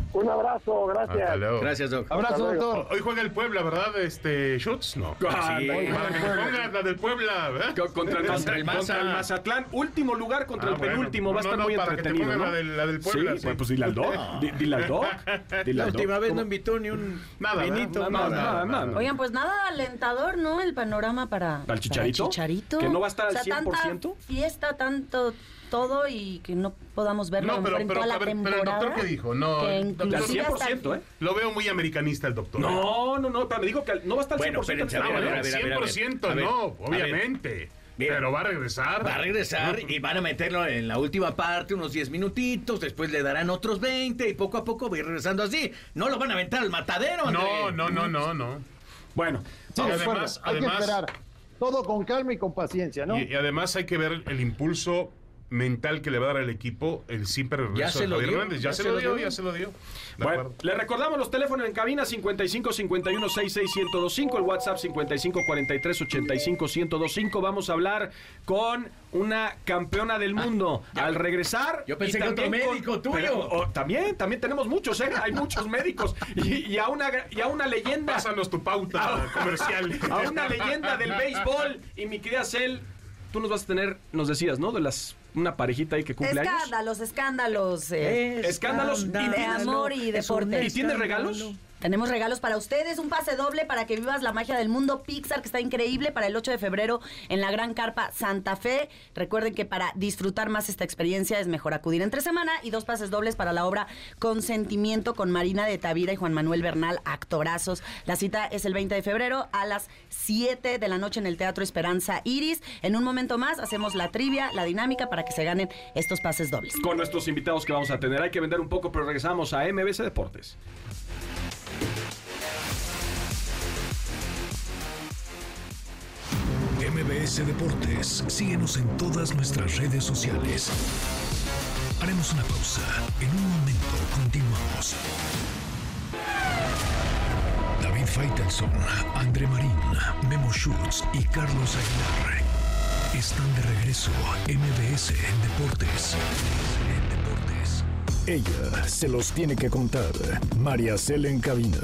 S7: Un abrazo, gracias.
S3: Hasta luego.
S4: Gracias, Doc.
S6: Abrazo, doctor.
S3: Hoy juega el Puebla, ¿verdad? Este, Schutz, no.
S2: Ah,
S4: Sí.
S2: no,
S3: Para que me pongas la del Puebla, ¿verdad?
S2: Co- Contra el,
S4: Contra el
S2: contra
S4: Maza.
S2: el Mazatlán, último lugar contra
S3: Ah,
S2: el
S3: bueno.
S2: penúltimo, va a
S3: No,
S2: estar
S3: no,
S2: muy
S3: para que te
S2: entretenido,
S3: pongan
S2: ¿no?
S3: la del- la del Puebla,
S2: Sí,
S3: sí.
S2: pues, pues dile al Doc, di- dile al Doc, dile
S4: La
S2: al Doc.
S4: última vez no
S2: ¿Cómo?
S4: invitó ni un
S3: Nada,
S4: vinito.
S2: ¿verdad?
S4: nada.
S2: Nada, nada, nada.
S5: Oigan, pues nada alentador, ¿no? El panorama para,
S2: ¿Para el Chicharito?
S5: para Chicharito.
S2: ¿Que no va a estar al
S5: O sea,
S2: cien por ciento?
S5: tanta fiesta, tanto todo y que no podamos verlo a
S3: No,
S5: lo
S3: pero,
S5: mejor en
S3: pero,
S5: toda
S3: a
S5: la
S3: ver, pero el
S5: temporada.
S3: doctor, ¿qué dijo? No,
S5: Que
S3: el doctor-
S2: Al
S5: inclusive
S2: cien por
S5: hasta-
S2: ciento, ¿eh?
S3: Lo veo muy americanista el doctor.
S2: No, no, no, pero me dijo que no va a estar al
S4: Bueno,
S2: cien por ciento.
S4: espérense, a ver, a ver, a ver, a ver,
S3: cien
S4: a ver.
S3: por ciento
S4: A ver,
S3: no,
S4: a ver.
S3: obviamente.
S4: Bien.
S3: Pero va a regresar.
S4: Va a regresar y van a meterlo en la última parte, unos diez minutitos, después le darán otros veinte y poco a poco va a ir regresando así. No lo van a aventar al matadero, André.
S3: No, no, no, no, no.
S2: Bueno,
S6: Sí,
S3: Y
S6: de
S3: además-
S6: acuerdo. Hay
S3: además-
S6: que esperar. Todo con calma y con paciencia, ¿no?
S3: Y, y además hay que ver el impulso mental que le va a dar al equipo el simple regreso
S4: Ya se
S3: de
S4: lo
S3: Javier
S4: dio,
S3: Hernández. Ya, se, lo dio, ya se lo dio. De
S2: bueno,
S3: acuerdo.
S2: le recordamos los teléfonos en cabina cincuenta y cinco cincuenta y uno sesenta y seis ciento veinticinco, el WhatsApp cincuenta y cinco cuarenta y tres ochenta y cinco ciento veinticinco. Vamos a hablar con una campeona del mundo. Al regresar...
S4: Yo pensé
S2: y
S4: que otro
S2: también con-
S4: médico tuyo.
S2: pero, o, también, también tenemos muchos, ¿eh? Hay muchos médicos. Y, y a, una, y a una leyenda...
S3: Pásanos tu pauta comercial.
S2: A una leyenda del béisbol. Y mi querida Cel, tú nos vas a tener, nos decías, ¿no? De las una parejita ahí que cumple años.
S5: Escándalos, escándalos. eh,
S2: Escándalos.
S5: y de amor y deporte.
S2: ¿Y tienes regalos?
S5: Tenemos regalos para ustedes, un pase doble para que vivas la magia del mundo Pixar, que está increíble, para el ocho de febrero en la Gran Carpa Santa Fe. Recuerden que para disfrutar más esta experiencia es mejor acudir entre semana, y dos pases dobles para la obra Consentimiento con Marina de Tavira y Juan Manuel Bernal, actorazos. La cita es el veinte de febrero a las siete de la noche en el Teatro Esperanza Iris. En un momento más hacemos la trivia, la dinámica para que se ganen estos pases dobles.
S2: Con nuestros invitados que vamos a tener. Hay que vender un poco, pero regresamos a M B C Deportes.
S1: M B S Deportes, síguenos en todas nuestras redes sociales. Haremos una pausa. En un momento continuamos. David Faitelson, André Marín, Memo Schutz y Carlos Aguilar están de regreso. M B S Deportes. Deportes.
S8: Ella se los tiene que contar. María Cel en cabina.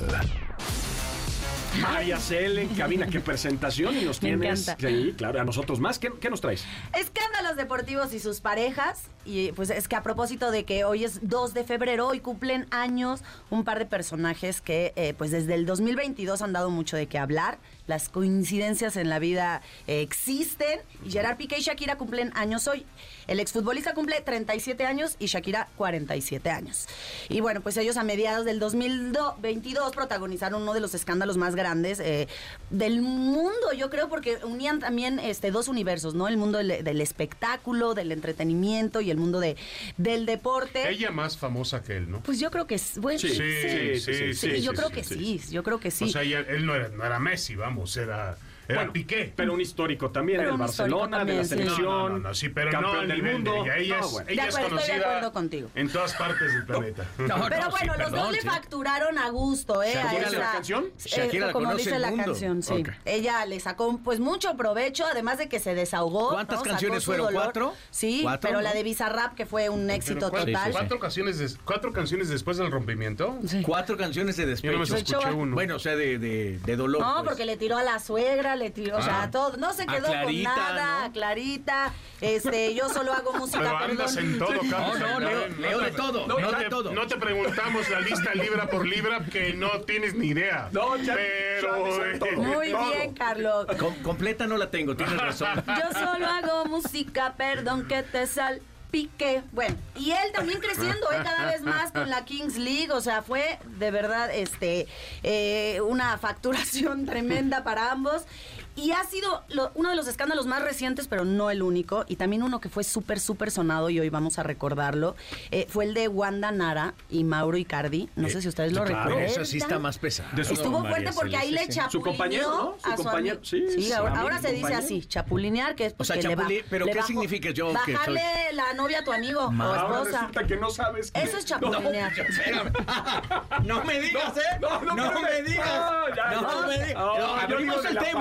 S2: María Cel en cabina, qué presentación. Y nos
S5: Me
S2: tienes.
S5: encanta.
S2: Sí, claro, a nosotros más. ¿Qué, qué nos traes?
S5: Escándalos deportivos y sus parejas. Y pues es que a propósito de que hoy es dos de febrero, hoy cumplen años un par de personajes que eh, pues desde el dos mil veintidós han dado mucho de qué hablar. Las coincidencias en la vida eh, existen. Y Gerard Piqué y Shakira cumplen años hoy. El exfutbolista cumple treinta y siete años y Shakira cuarenta y siete años. Y bueno, pues ellos a mediados del dos mil veintidós protagonizaron uno de los escándalos más grandes eh, del mundo, yo creo, porque unían también este, dos universos, ¿no? El mundo del, del espectáculo, del entretenimiento y el mundo de, del deporte.
S3: Ella más famosa que él, ¿no?
S5: Pues yo creo que es, bueno,
S2: Sí,
S5: sí,
S3: sí, sí, sí,
S5: yo
S3: sí,
S5: creo
S3: sí,
S5: que
S3: sí.
S5: sí, yo creo que sí.
S3: O sea, ella- él no era, no era Messi, vamos, era, era
S2: Bueno,
S3: Piqué.
S2: Pero un histórico también
S5: Pero
S2: del
S5: un histórico
S2: Barcelona, de la
S5: también, sí.
S2: selección.
S3: No, no, no, sí, pero no
S2: campeón
S3: al
S2: del
S3: nivel de
S2: mundo.
S3: ella. Ella
S2: No,
S3: es,
S2: bueno.
S3: ella
S5: De
S3: es
S5: acuerdo, estoy de
S3: conocida
S5: acuerdo contigo.
S3: en todas partes del planeta.
S4: No,
S5: Pero
S4: no,
S5: bueno,
S4: sí,
S5: los
S4: perdón,
S5: dos le
S4: sí.
S5: facturaron a gusto, ¿eh?
S2: ¿Shakira
S5: a
S2: la
S5: esa-
S2: canción?
S5: eh,
S4: Shakira la
S5: como
S4: conoce
S5: dice
S4: el
S5: la
S4: mundo.
S5: canción, sí.
S4: Ok.
S5: Ella le sacó pues mucho provecho, además de que se desahogó.
S4: ¿Cuántas
S5: ¿no? Sacó
S4: canciones
S5: su
S4: fueron?
S5: dolor.
S4: ¿Cuatro?
S5: Sí,
S4: ¿Cuatro,
S5: pero
S4: no?
S5: la de Bizarrap, que fue un éxito
S3: Pero ¿cuál-
S5: total.
S3: ¿Cuatro, canciones des- ¿Cuatro canciones después del rompimiento?
S4: Cuatro canciones de
S3: Yo no me
S4: despecho.
S3: escuché uno.
S4: Bueno, o sea, de, de, de dolor.
S5: No,
S4: pues.
S5: porque le tiró a la suegra, le tiró, o sea,
S3: Ah.
S5: todo, no se
S4: A
S5: quedó
S4: Clarita,
S5: con nada,
S4: ¿no?
S5: a Clarita, este, yo solo hago música,
S3: Pero andas
S5: perdón.
S3: en todo,
S4: No,
S3: Carlos.
S4: no, leo,
S3: No
S4: leo
S3: te-
S4: de todo,
S3: No,
S4: no
S3: te,
S4: de todo.
S3: no te preguntamos la lista libra por libra que no tienes ni idea.
S2: No, ya-
S3: pero
S2: ya dice todo.
S3: eh,
S5: Muy
S2: todo.
S5: bien, Carlos.
S4: Com- completa no la tengo, tienes razón.
S5: Yo solo hago música, perdón que te salpique. Bueno, y él también creciendo, ¿eh? Cada vez más con la Kings League. O sea, fue de verdad este eh, una facturación tremenda para ambos. Y ha sido lo- uno de los escándalos más recientes, pero no el único. Y también uno que fue súper, súper sonado, y hoy vamos a recordarlo. eh, fue el de Wanda Nara y Mauro Icardi. No sé si ustedes lo
S2: claro,
S5: recuerdan.
S4: Eso sí está más pesado.
S2: De su-
S5: Estuvo
S4: No,
S5: fuerte
S4: María
S5: porque ahí
S4: Celeste,
S5: le
S4: sí.
S5: chapulineó
S2: Su compañero, ¿no? Su
S5: a su
S2: compañero,
S5: ami-
S2: sí,
S5: sí,
S2: su
S5: ahora,
S2: amigo,
S5: ahora se dice
S2: compañero.
S5: así, chapulinear, que es
S4: O sea,
S5: porque le
S4: chapuli-
S5: ba-
S4: ¿pero
S5: le
S4: qué
S5: bajó-
S4: significa yo que soy-
S5: Bajarle la novia a tu amigo
S4: Ma-
S5: o
S2: Ahora
S5: esposa.
S2: resulta que no sabes. que-
S5: Eso es chapulinear.
S4: Espérame. No me digas, ¿eh?
S2: No, no,
S4: No
S2: no,
S4: me digas.
S2: no, ya,
S4: No
S2: ya.
S4: me digas.
S2: No,
S4: No,
S2: yo digo
S4: abrimos
S2: de
S4: el
S2: la
S4: tema, ¿eh?
S2: palabra.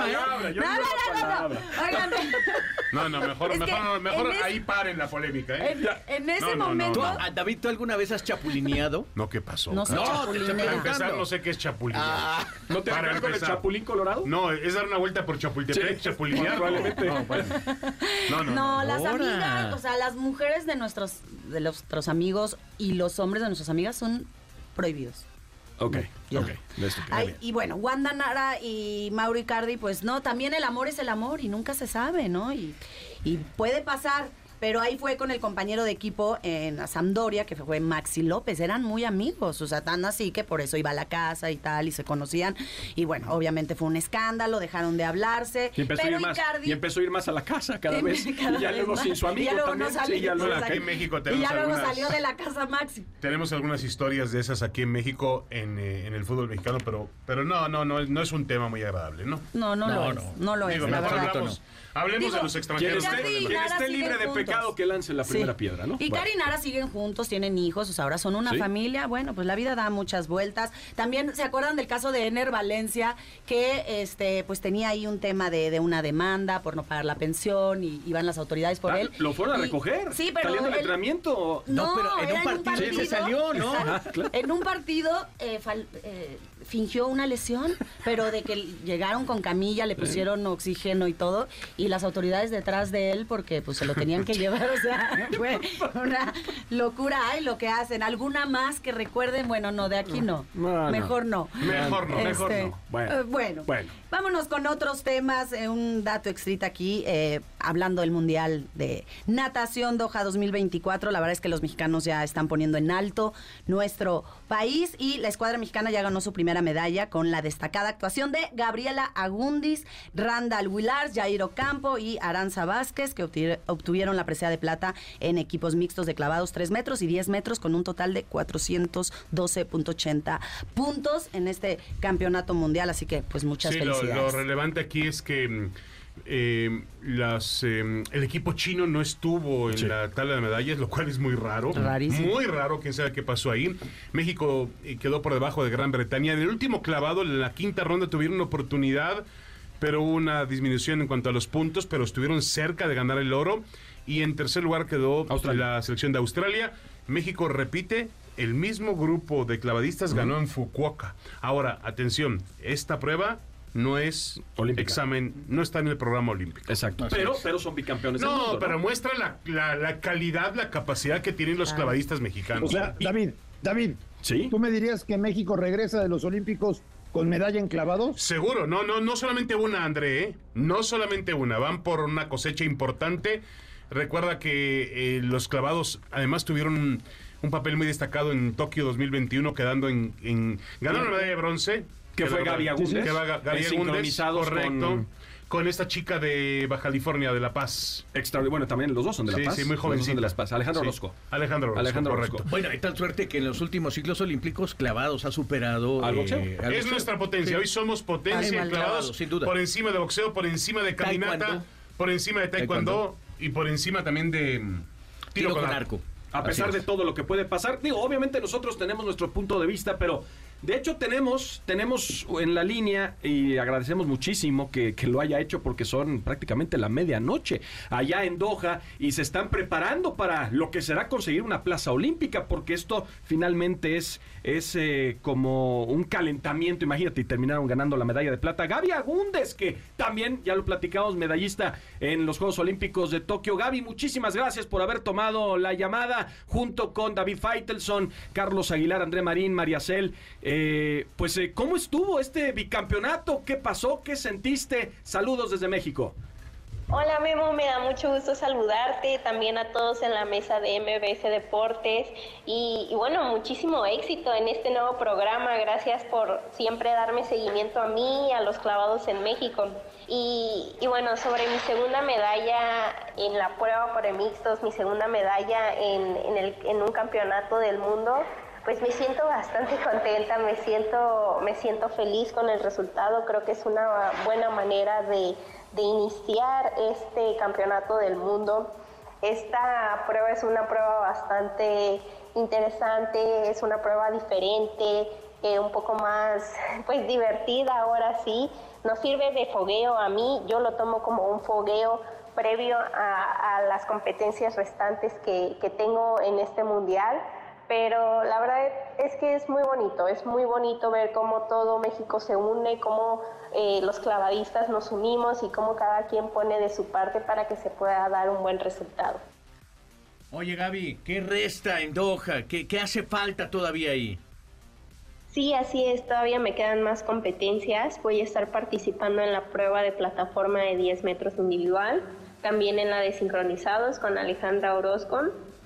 S2: palabra, yo
S5: No,
S2: digo
S5: no,
S2: la
S5: no, no,
S2: palabra.
S5: no. Oigan,
S3: No, no, mejor,
S5: Es que
S3: mejor, mejor
S5: en ese-
S3: ahí paren la polémica, ¿eh?
S5: en, en ese
S3: No, no, no,
S5: momento...
S4: ¿Tú,
S3: no.
S4: a- David, ¿tú alguna vez has chapulineado?
S3: No, ¿qué pasó?
S5: No sé
S3: Carlos?
S4: No,
S5: chapulinea.
S3: Para empezar, no sé qué es chapulinear.
S4: Ah,
S2: ¿No te
S3: Para
S2: acuerdas con el
S3: empezar.
S2: Chapulín Colorado?
S3: No, es dar una vuelta por Chapultepec,
S2: Sí.
S3: chapulinear.
S2: Probablemente.
S3: No, bueno. no, no,
S5: No,
S3: no.
S5: las
S4: Ahora.
S5: amigas, o sea, las mujeres de nuestros, de los- nuestros amigos y los hombres de nuestras amigas son prohibidos.
S2: Ok,
S5: Ya.
S2: ok. De esto que-
S5: Ay, y bueno, Wanda Nara y Mauro Icardi, pues no, también el amor es el amor y nunca se sabe, ¿no? Y, y puede pasar, pero ahí fue con el compañero de equipo en la Sampdoria, que fue Maxi López, eran muy amigos, o sea, tan así que por eso iba a la casa y tal, y se conocían, y bueno, obviamente fue un escándalo, dejaron de hablarse,
S2: Y empezó, a
S5: pero
S2: ir más,
S5: Icardi...
S2: y empezó a ir más a la casa cada
S5: Sí,
S2: vez.
S5: cada
S2: y ya
S5: vez
S2: luego
S5: más.
S2: sin su amigo
S5: Y ya luego
S2: también.
S5: no salió.
S2: Sí, ya luego-
S3: Aquí en México
S5: Y
S3: tenemos
S5: ya luego
S3: algunas...
S5: salió de la casa Maxi.
S3: Tenemos algunas historias de esas aquí en México, en, eh, en el fútbol mexicano, pero, pero no, no, no, no es un tema muy agradable, ¿no?
S5: No, no,
S4: No,
S5: lo
S4: no.
S5: es, no lo
S3: Digo,
S5: es, la
S3: mejor
S5: verdad.
S3: hablamos, hablemos
S5: Digo,
S3: de los
S2: Quien
S3: extranjeros.
S2: esté,
S5: Icardi y
S2: quien
S5: Nara
S2: esté libre
S5: siguen
S2: de
S5: juntos.
S2: pecado que lance la primera
S5: Sí.
S2: piedra, ¿no?
S5: Y
S2: Bueno.
S5: Cari y Nara siguen juntos, tienen hijos, o sea, ahora son una
S2: ¿Sí?
S5: familia. Bueno, pues la vida da muchas vueltas. También se acuerdan del caso de Ener Valencia, que este, pues tenía ahí un tema de, de una demanda por no pagar la pensión y iban las autoridades por
S2: Ah,
S5: él.
S2: ¿Lo fueron a
S5: Y-
S2: recoger?
S5: Sí, pero
S2: ¿Saliendo del
S5: él-
S2: entrenamiento?
S5: No,
S4: No, pero en
S5: era
S4: un partido se salió, ¿no?
S5: En un partido eh, fal- eh, fingió una lesión, pero de que llegaron con camilla, le pusieron oxígeno y todo, y las autoridades detrás de él porque pues se lo tenían que llevar, o sea, fue una locura. Ay, lo que hacen. ¿Alguna más que recuerden? Bueno, no, de aquí no.
S2: No, no.
S5: Mejor no.
S3: Mejor no,
S2: mejor
S5: Este,
S2: no. Bueno.
S5: eh, bueno,
S2: Bueno.
S5: vámonos con otros temas. Eh, un dato extrita aquí, eh, hablando del Mundial de Natación Doha dos mil veinticuatro. La verdad es que los mexicanos ya están poniendo en alto nuestro país y la escuadra mexicana ya ganó su primera medalla con la destacada actuación de Gabriela Agundis, Randall Willars, Jair Ocampo y Aranza Vázquez, que obti- obtuvieron la presea de plata en equipos mixtos de clavados tres metros y diez metros con un total de cuatrocientos doce punto ochenta puntos en este campeonato mundial. Así que, pues, muchas
S3: Sí, lo,
S5: felicidades.
S3: lo relevante aquí es que mm, eh, las, eh, el equipo chino no estuvo en
S2: Sí.
S3: la tabla de medallas, lo cual es muy raro.
S5: Rarísimo.
S3: Muy raro, quién sabe qué pasó ahí. México eh, quedó por debajo de Gran Bretaña. En el último clavado, en la quinta ronda, tuvieron una oportunidad, pero hubo una disminución en cuanto a los puntos, pero estuvieron cerca de ganar el oro. Y en tercer lugar quedó
S2: Australia.
S3: la selección de Australia. México repite, el mismo grupo de clavadistas ganó en Fukuoka. Ahora, atención, esta prueba no es
S2: Olímpica.
S3: examen, no está en el programa olímpico.
S2: Exacto.
S4: Así
S2: Pero,
S4: es.
S2: pero son bicampeones del
S3: No,
S2: mundo,
S3: pero muestra la, la- la calidad, la capacidad que tienen los clavadistas mexicanos.
S6: O sea, David, David,
S2: Sí.
S6: ¿tú me dirías que México regresa de los Olímpicos con medalla en clavados?
S3: Seguro, no, no, no solamente una, André, ¿eh? No solamente una, van por una cosecha importante. Recuerda que eh, los clavados además tuvieron un, un papel muy destacado en Tokio dos mil veintiuno, quedando en, en ganaron la medalla de bronce.
S2: Que fue
S3: la-
S2: Gaby Agúndez.
S3: Que va Ga- Gaby
S2: Eh,
S3: Agúndez,
S2: sincronizados
S3: correcto.
S2: con-
S3: Con... esta chica de Baja California, de La Paz.
S2: Extraordinario. Bueno, también los dos son de La
S3: Sí,
S2: Paz.
S3: sí, muy
S2: Los dos son
S3: jovencita.
S2: de La Paz. Alejandro
S3: Sí.
S2: Orozco.
S3: Alejandro Orozco,
S2: Alejandro
S3: correcto.
S2: Orozco.
S4: Bueno, hay tal suerte que en los últimos ciclos olímpicos clavados ha superado
S2: ¿Al boxeo?
S4: eh, al
S3: Es
S4: boxeo.
S3: nuestra potencia.
S4: Sí.
S3: Hoy somos potencia
S5: Ay,
S3: en
S5: mal
S3: clavados,
S4: clavado, sin duda.
S3: por encima de boxeo, por encima de caminata,
S4: Taekwondo.
S3: por encima de taekwondo, y por encima también de mm,
S4: Tiro con arco.
S2: A
S4: Así
S2: pesar
S4: es.
S2: de todo lo que puede pasar. Digo, obviamente nosotros tenemos nuestro punto de vista, pero de hecho tenemos, tenemos en la línea, y agradecemos muchísimo que, que lo haya hecho porque son prácticamente la medianoche allá en Doha y se están preparando para lo que será conseguir una plaza olímpica, porque esto finalmente es, es eh, como un calentamiento, imagínate, y terminaron ganando la medalla de plata. Gaby Agúndez, que también, ya lo platicamos, medallista en los Juegos Olímpicos de Tokio. Gaby, muchísimas gracias por haber tomado la llamada junto con David Faitelson, Carlos Aguilar, André Marín, María Cel. Eh, pues, eh, ¿cómo estuvo este bicampeonato? ¿Qué pasó? ¿Qué sentiste? Saludos desde México.
S9: Hola Memo, me da mucho gusto saludarte, también a todos en la mesa de M B S Deportes y, y bueno, muchísimo éxito en este nuevo programa, gracias por siempre darme seguimiento a mí y a los clavados en México. Y, y bueno, sobre mi segunda medalla en la prueba por el mixtos, mi segunda medalla en, en, el, en un campeonato del mundo, pues me siento bastante contenta, me siento, me siento feliz con el resultado, creo que es una buena manera de, de iniciar este campeonato del mundo. Esta prueba es una prueba bastante interesante, es una prueba diferente, eh, un poco más pues divertida ahora sí. Nos sirve de fogueo a mí, yo lo tomo como un fogueo previo a, a las competencias restantes que, que tengo en este mundial, pero la verdad es que es muy bonito, es muy bonito ver cómo todo México se une, cómo eh, los clavadistas nos unimos y cómo cada quien pone de su parte para que se pueda dar un buen resultado.
S4: Oye, Gaby, ¿qué resta en Doha? ¿Qué, qué hace falta todavía ahí?
S9: Sí, así es, todavía me quedan más competencias. Voy a estar participando en la prueba de plataforma de diez metros individual, también en la de sincronizados con Alejandra Orozco.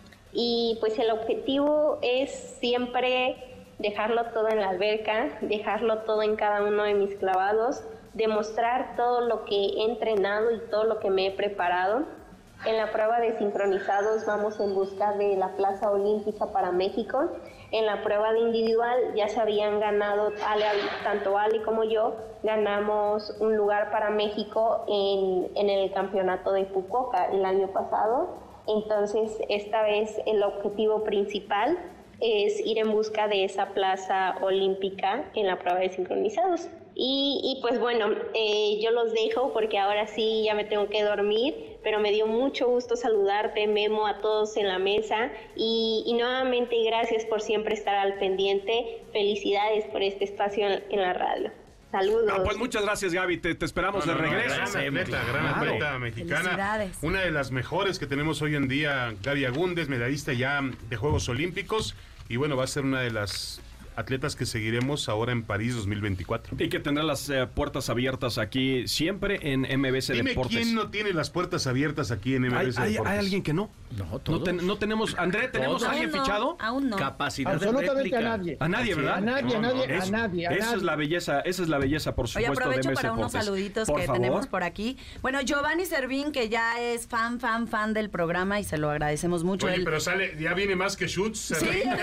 S9: Y pues el objetivo es siempre dejarlo todo en la alberca, dejarlo todo en cada uno de mis clavados, demostrar todo lo que he entrenado y todo lo que me he preparado. En la prueba de sincronizados vamos en busca de la plaza olímpica para México. En la prueba de individual ya se habían ganado, Ale, tanto Ale como yo, ganamos un lugar para México en, en el campeonato de Fukuoka el año pasado. Entonces, esta vez el objetivo principal es ir en busca de esa plaza olímpica en la prueba de sincronizados. Y, y pues bueno, eh, yo los dejo porque ahora sí ya me tengo que dormir, pero me dio mucho gusto saludarte, Memo, a todos en la mesa y, y nuevamente gracias por siempre estar al pendiente. Felicidades por este espacio en, en la radio. Saludos.
S2: Ah, pues muchas gracias, Gaby. Te, te esperamos
S3: No, no,
S2: de
S3: no,
S2: regreso.
S3: gran atleta, gran atleta mexicana. Una de las mejores que tenemos hoy en día, Gaby Agúndez, medallista ya de Juegos Olímpicos. Y bueno, va a ser una de las atletas que seguiremos ahora en París dos mil veinticuatro.
S2: Y que tendrá las eh, puertas abiertas aquí siempre en M B C
S3: Dime
S2: Deportes.
S3: quién no tiene las puertas abiertas aquí en M B C
S2: ¿Hay, hay,
S3: Deportes.
S2: ¿Hay alguien que no?
S4: No,
S2: No, ten- no tenemos. André, ¿tenemos a alguien
S5: Aún no,
S2: fichado?
S5: Aún no.
S4: Capacidad
S6: Absolutamente
S4: de réplica.
S6: a nadie.
S2: A nadie, ¿verdad?
S6: A nadie, a
S2: No, no,
S6: nadie, a
S2: eso-
S6: nadie, a
S2: Esa
S6: nadie.
S2: es la belleza, esa es la belleza, por
S5: Oye,
S2: supuesto, de
S5: aprovecho
S2: M B C
S5: para unos
S2: Deportes.
S5: saluditos
S2: Por
S5: que
S2: favor.
S5: tenemos por aquí. Bueno, Giovanni Servín, que ya es fan, fan, fan del programa y se lo agradecemos mucho.
S3: Oye,
S5: Él-
S3: pero sale, ya viene más que Schutz.
S5: Sí.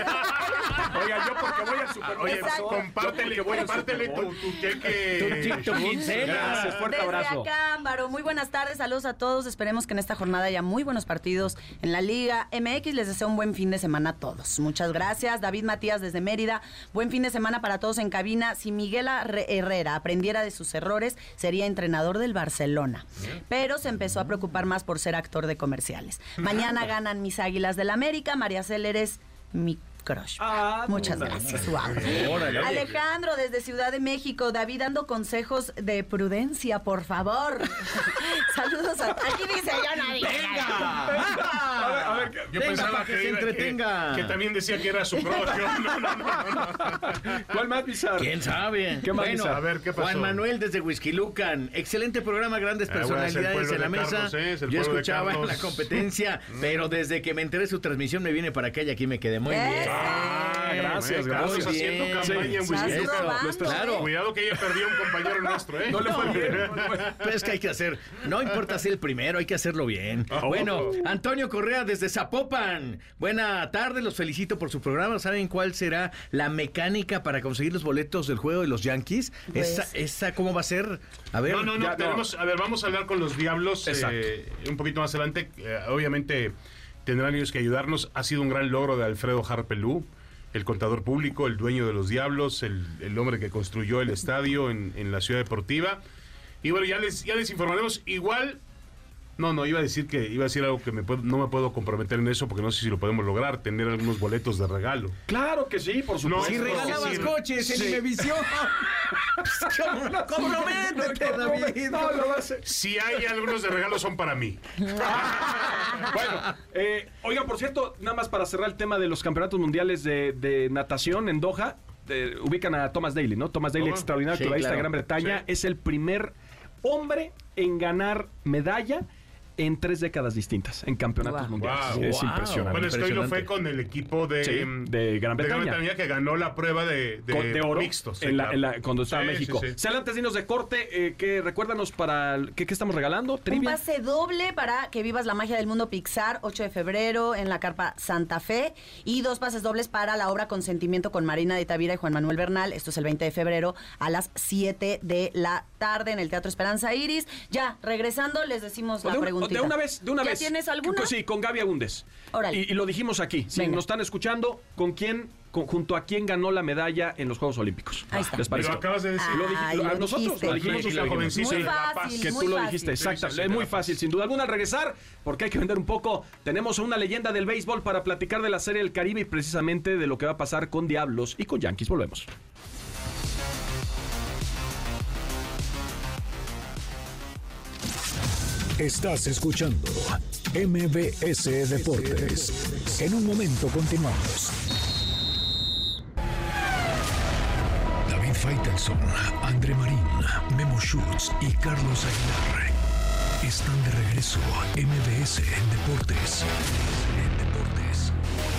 S2: Oiga, yo porque voy al Super
S3: Oye,
S5: Exacto.
S3: compártele, compártele tu, tu cheque.
S4: Tu- tu quincena.
S2: Gracias, fuerte
S5: Desde
S2: abrazo.
S5: acá, Ámbaro, muy buenas tardes, saludos a todos. Esperemos que en esta jornada haya muy buenos partidos en la Liga M X. Les deseo un buen fin de semana a todos. Muchas gracias. David Matías desde Mérida. Buen fin de semana para todos en cabina. Si Miguel Arre- Herrera aprendiera de sus errores, sería entrenador del Barcelona. Pero se empezó a preocupar más por ser actor de comerciales. Mañana ganan mis Águilas del América. María Céleres, mi crush.
S2: Ah,
S5: Muchas
S2: puta
S5: gracias. Wow.
S4: Órale, oye.
S5: Alejandro desde Ciudad de México. David dando consejos de prudencia, por favor. Saludos a... Aquí dice yo nadie.
S2: A ver, a ver, ¿qué-
S3: Yo
S4: Venga,
S3: pensaba
S4: para que se
S3: iba-
S4: entretenga.
S3: Que, que también decía que era su crush. No, no, no, no, no.
S2: ¿Cuál más, Bizarro?
S4: ¿Quién sabe?
S2: ¿Qué más,
S4: bueno,
S2: Lisa?
S3: A ver, ¿qué pasó?
S4: Juan Manuel desde Huizquilucan. Excelente programa, grandes
S3: Ah, bueno, es el
S4: personalidades
S3: pueblo
S4: en la
S3: de
S4: mesa.
S3: Carlos, ¿eh? Es el
S4: Yo
S3: pueblo de
S4: escuchaba
S3: Carlos.
S4: la competencia, pero desde que me enteré de su transmisión me vine para acá y aquí me quedé muy bien.
S5: Eso.
S2: Ah, gracias,
S3: Eh,
S2: gracias.
S3: Carlos haciendo
S4: bien.
S3: campaña en
S2: Sí,
S5: Estás
S3: Huizquilucan.
S5: robando,
S2: Estás-
S4: claro.
S5: ¿eh?
S3: Cuidado que ella perdió un compañero nuestro, ¿eh?
S2: No le fue bien.
S4: Pero es que hay que hacer, no importa ser el primero, hay que hacerlo bien.
S3: Oh.
S4: Bueno, Antonio Correa desde Zapopan. Buena tarde, los felicito por su programa. ¿Saben cuál será la mecánica para conseguir los boletos del juego de los Yankees?
S5: Pues-
S4: Esa, esa, ¿cómo va a ser? A ver.
S3: No, no, no,
S2: Ya, no.
S3: tenemos, a ver, vamos a hablar con los Diablos
S2: Exacto.
S3: eh, un poquito más adelante. Eh, obviamente tendrán ellos que ayudarnos. Ha sido un gran logro de Alfredo Harpelú, el contador público, el dueño de los Diablos, el, el hombre que construyó el estadio en, en la ciudad deportiva. Y bueno, ya les, ya les informaremos. Igual, no, no, iba a decir que iba a decir algo que me puedo- no me puedo comprometer en eso porque no sé si lo podemos lograr, tener algunos boletos de regalo.
S2: Claro que sí, por supuesto.
S4: Si
S3: No,
S4: regalabas
S3: sí.
S4: coches en
S2: Sí.
S4: Imevisión. ¿Cómo, cómo no métete, David?
S2: No, lo va a hacer.
S3: Si hay algunos de regalo son para mí.
S2: Bueno, eh, oigan, por cierto, nada más para cerrar el tema de los campeonatos mundiales de, de natación en Doha, eh, ubican a Thomas Daly, ¿no? Thomas Daly,
S3: Ajá.
S2: extraordinario
S4: Sí,
S2: clavadista
S4: claro.
S2: de Gran Bretaña,
S3: Sí.
S2: es el primer hombre en ganar medalla en tres décadas distintas en campeonatos
S5: Wow.
S2: mundiales.
S3: Wow.
S2: Es
S4: Wow.
S2: impresionante.
S3: Bueno, es que hoy lo
S4: Impresionante.
S3: fue con el equipo de,
S2: Sí,
S3: mm,
S2: de Gran Bretaña.
S3: que ganó la prueba de, de,
S2: Con- de oro
S3: mixtos. sí,
S2: en la-
S3: claro.
S2: en la- cuando estaba
S3: Sí,
S2: México.
S3: sí, sí.
S2: Sal, antes de irnos de corte, eh, que recuérdanos para el- ¿qué, qué estamos regalando?
S5: Un
S2: Trivia.
S5: pase doble para que vivas la magia del mundo Pixar, ocho de febrero en la carpa Santa Fe. Y dos pases dobles para la obra Consentimiento con Marina de Tavira y Juan Manuel Bernal. Esto es el veinte de febrero a las siete de la tarde en el Teatro Esperanza Iris. Ya, regresando, les decimos
S2: o
S5: la
S2: de un,
S5: preguntita.
S2: De una vez, de una
S5: ¿Ya
S2: vez.
S5: tienes alguna?
S2: Sí, con Gaby Agúndez.
S5: Órale.
S2: Y, y lo dijimos aquí. Si
S5: Venga.
S2: nos están escuchando, ¿con quién, con, junto a quién ganó la medalla en los Juegos Olímpicos?
S5: Ahí está.
S2: ¿Les parece?
S3: Lo acabas de decir.
S2: Lo dij-
S5: Ay,
S2: lo- a
S5: lo
S2: nosotros
S5: dijiste.
S2: lo dijimos.
S3: Y la
S2: lo dijimos.
S3: jovencita
S5: Muy
S3: de La Paz.
S5: fácil,
S2: Que
S5: muy
S2: tú lo
S5: fácil.
S2: dijiste, exacto.
S3: Sí, sí, sí,
S2: es muy
S3: de La Paz.
S2: fácil, sin duda alguna, al regresar, porque hay que vender un poco. Tenemos a una leyenda del béisbol para platicar de la Serie del Caribe y precisamente de lo que va a pasar con Diablos y con Yankees. Volvemos.
S8: Estás escuchando M B S Deportes. En un momento continuamos.
S1: David Faitelson, André Marín, Memo Schutz y Carlos Aguilar están de regreso. M B S Deportes. Deportes.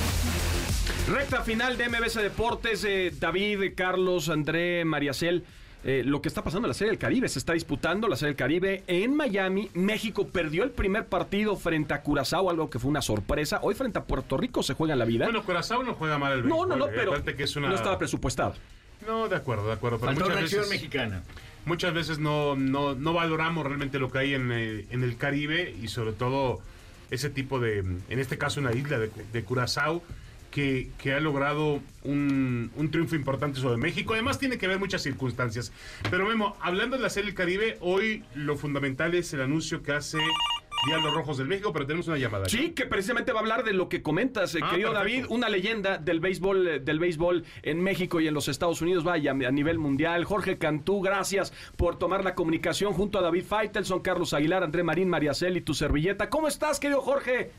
S2: Recta final de M B S Deportes. eh, David, Carlos, André, Mariacel. Eh, lo que está pasando en la Serie del Caribe, se está disputando la Serie del Caribe en Miami. México perdió el primer partido frente a Curazao, algo que fue una sorpresa. Hoy frente a Puerto Rico se juega en la vida.
S3: Bueno, Curazao no juega mal el
S2: no,
S3: béisbol.
S2: no, no,
S3: eh,
S2: pero
S3: aparte que es una...
S2: no estaba presupuestado.
S3: No, de acuerdo, de acuerdo. Pero
S4: Faltó
S3: muchas
S4: reacción
S3: veces,
S4: mexicana.
S3: muchas veces no, no, no valoramos realmente lo que hay en, eh, en el Caribe y sobre todo ese tipo de, en este caso una isla de, de Curazao, que, que ha logrado un, un triunfo importante sobre México. Además tiene que ver muchas circunstancias. Pero Memo, hablando de la Serie del Caribe, hoy lo fundamental es el anuncio que hace Diablos Rojos del México, pero tenemos una llamada.
S2: Sí, que precisamente va a hablar de lo que comentas, eh,
S3: Ah,
S2: querido
S3: perfecto.
S2: David, una leyenda del béisbol, eh, del béisbol en México y en los Estados Unidos, vaya, a nivel mundial. Jorge Cantú, gracias por tomar la comunicación junto a David Faitelson, Carlos Aguilar, André Marín, Mariacel y tu servilleta. ¿Cómo estás, querido Jorge?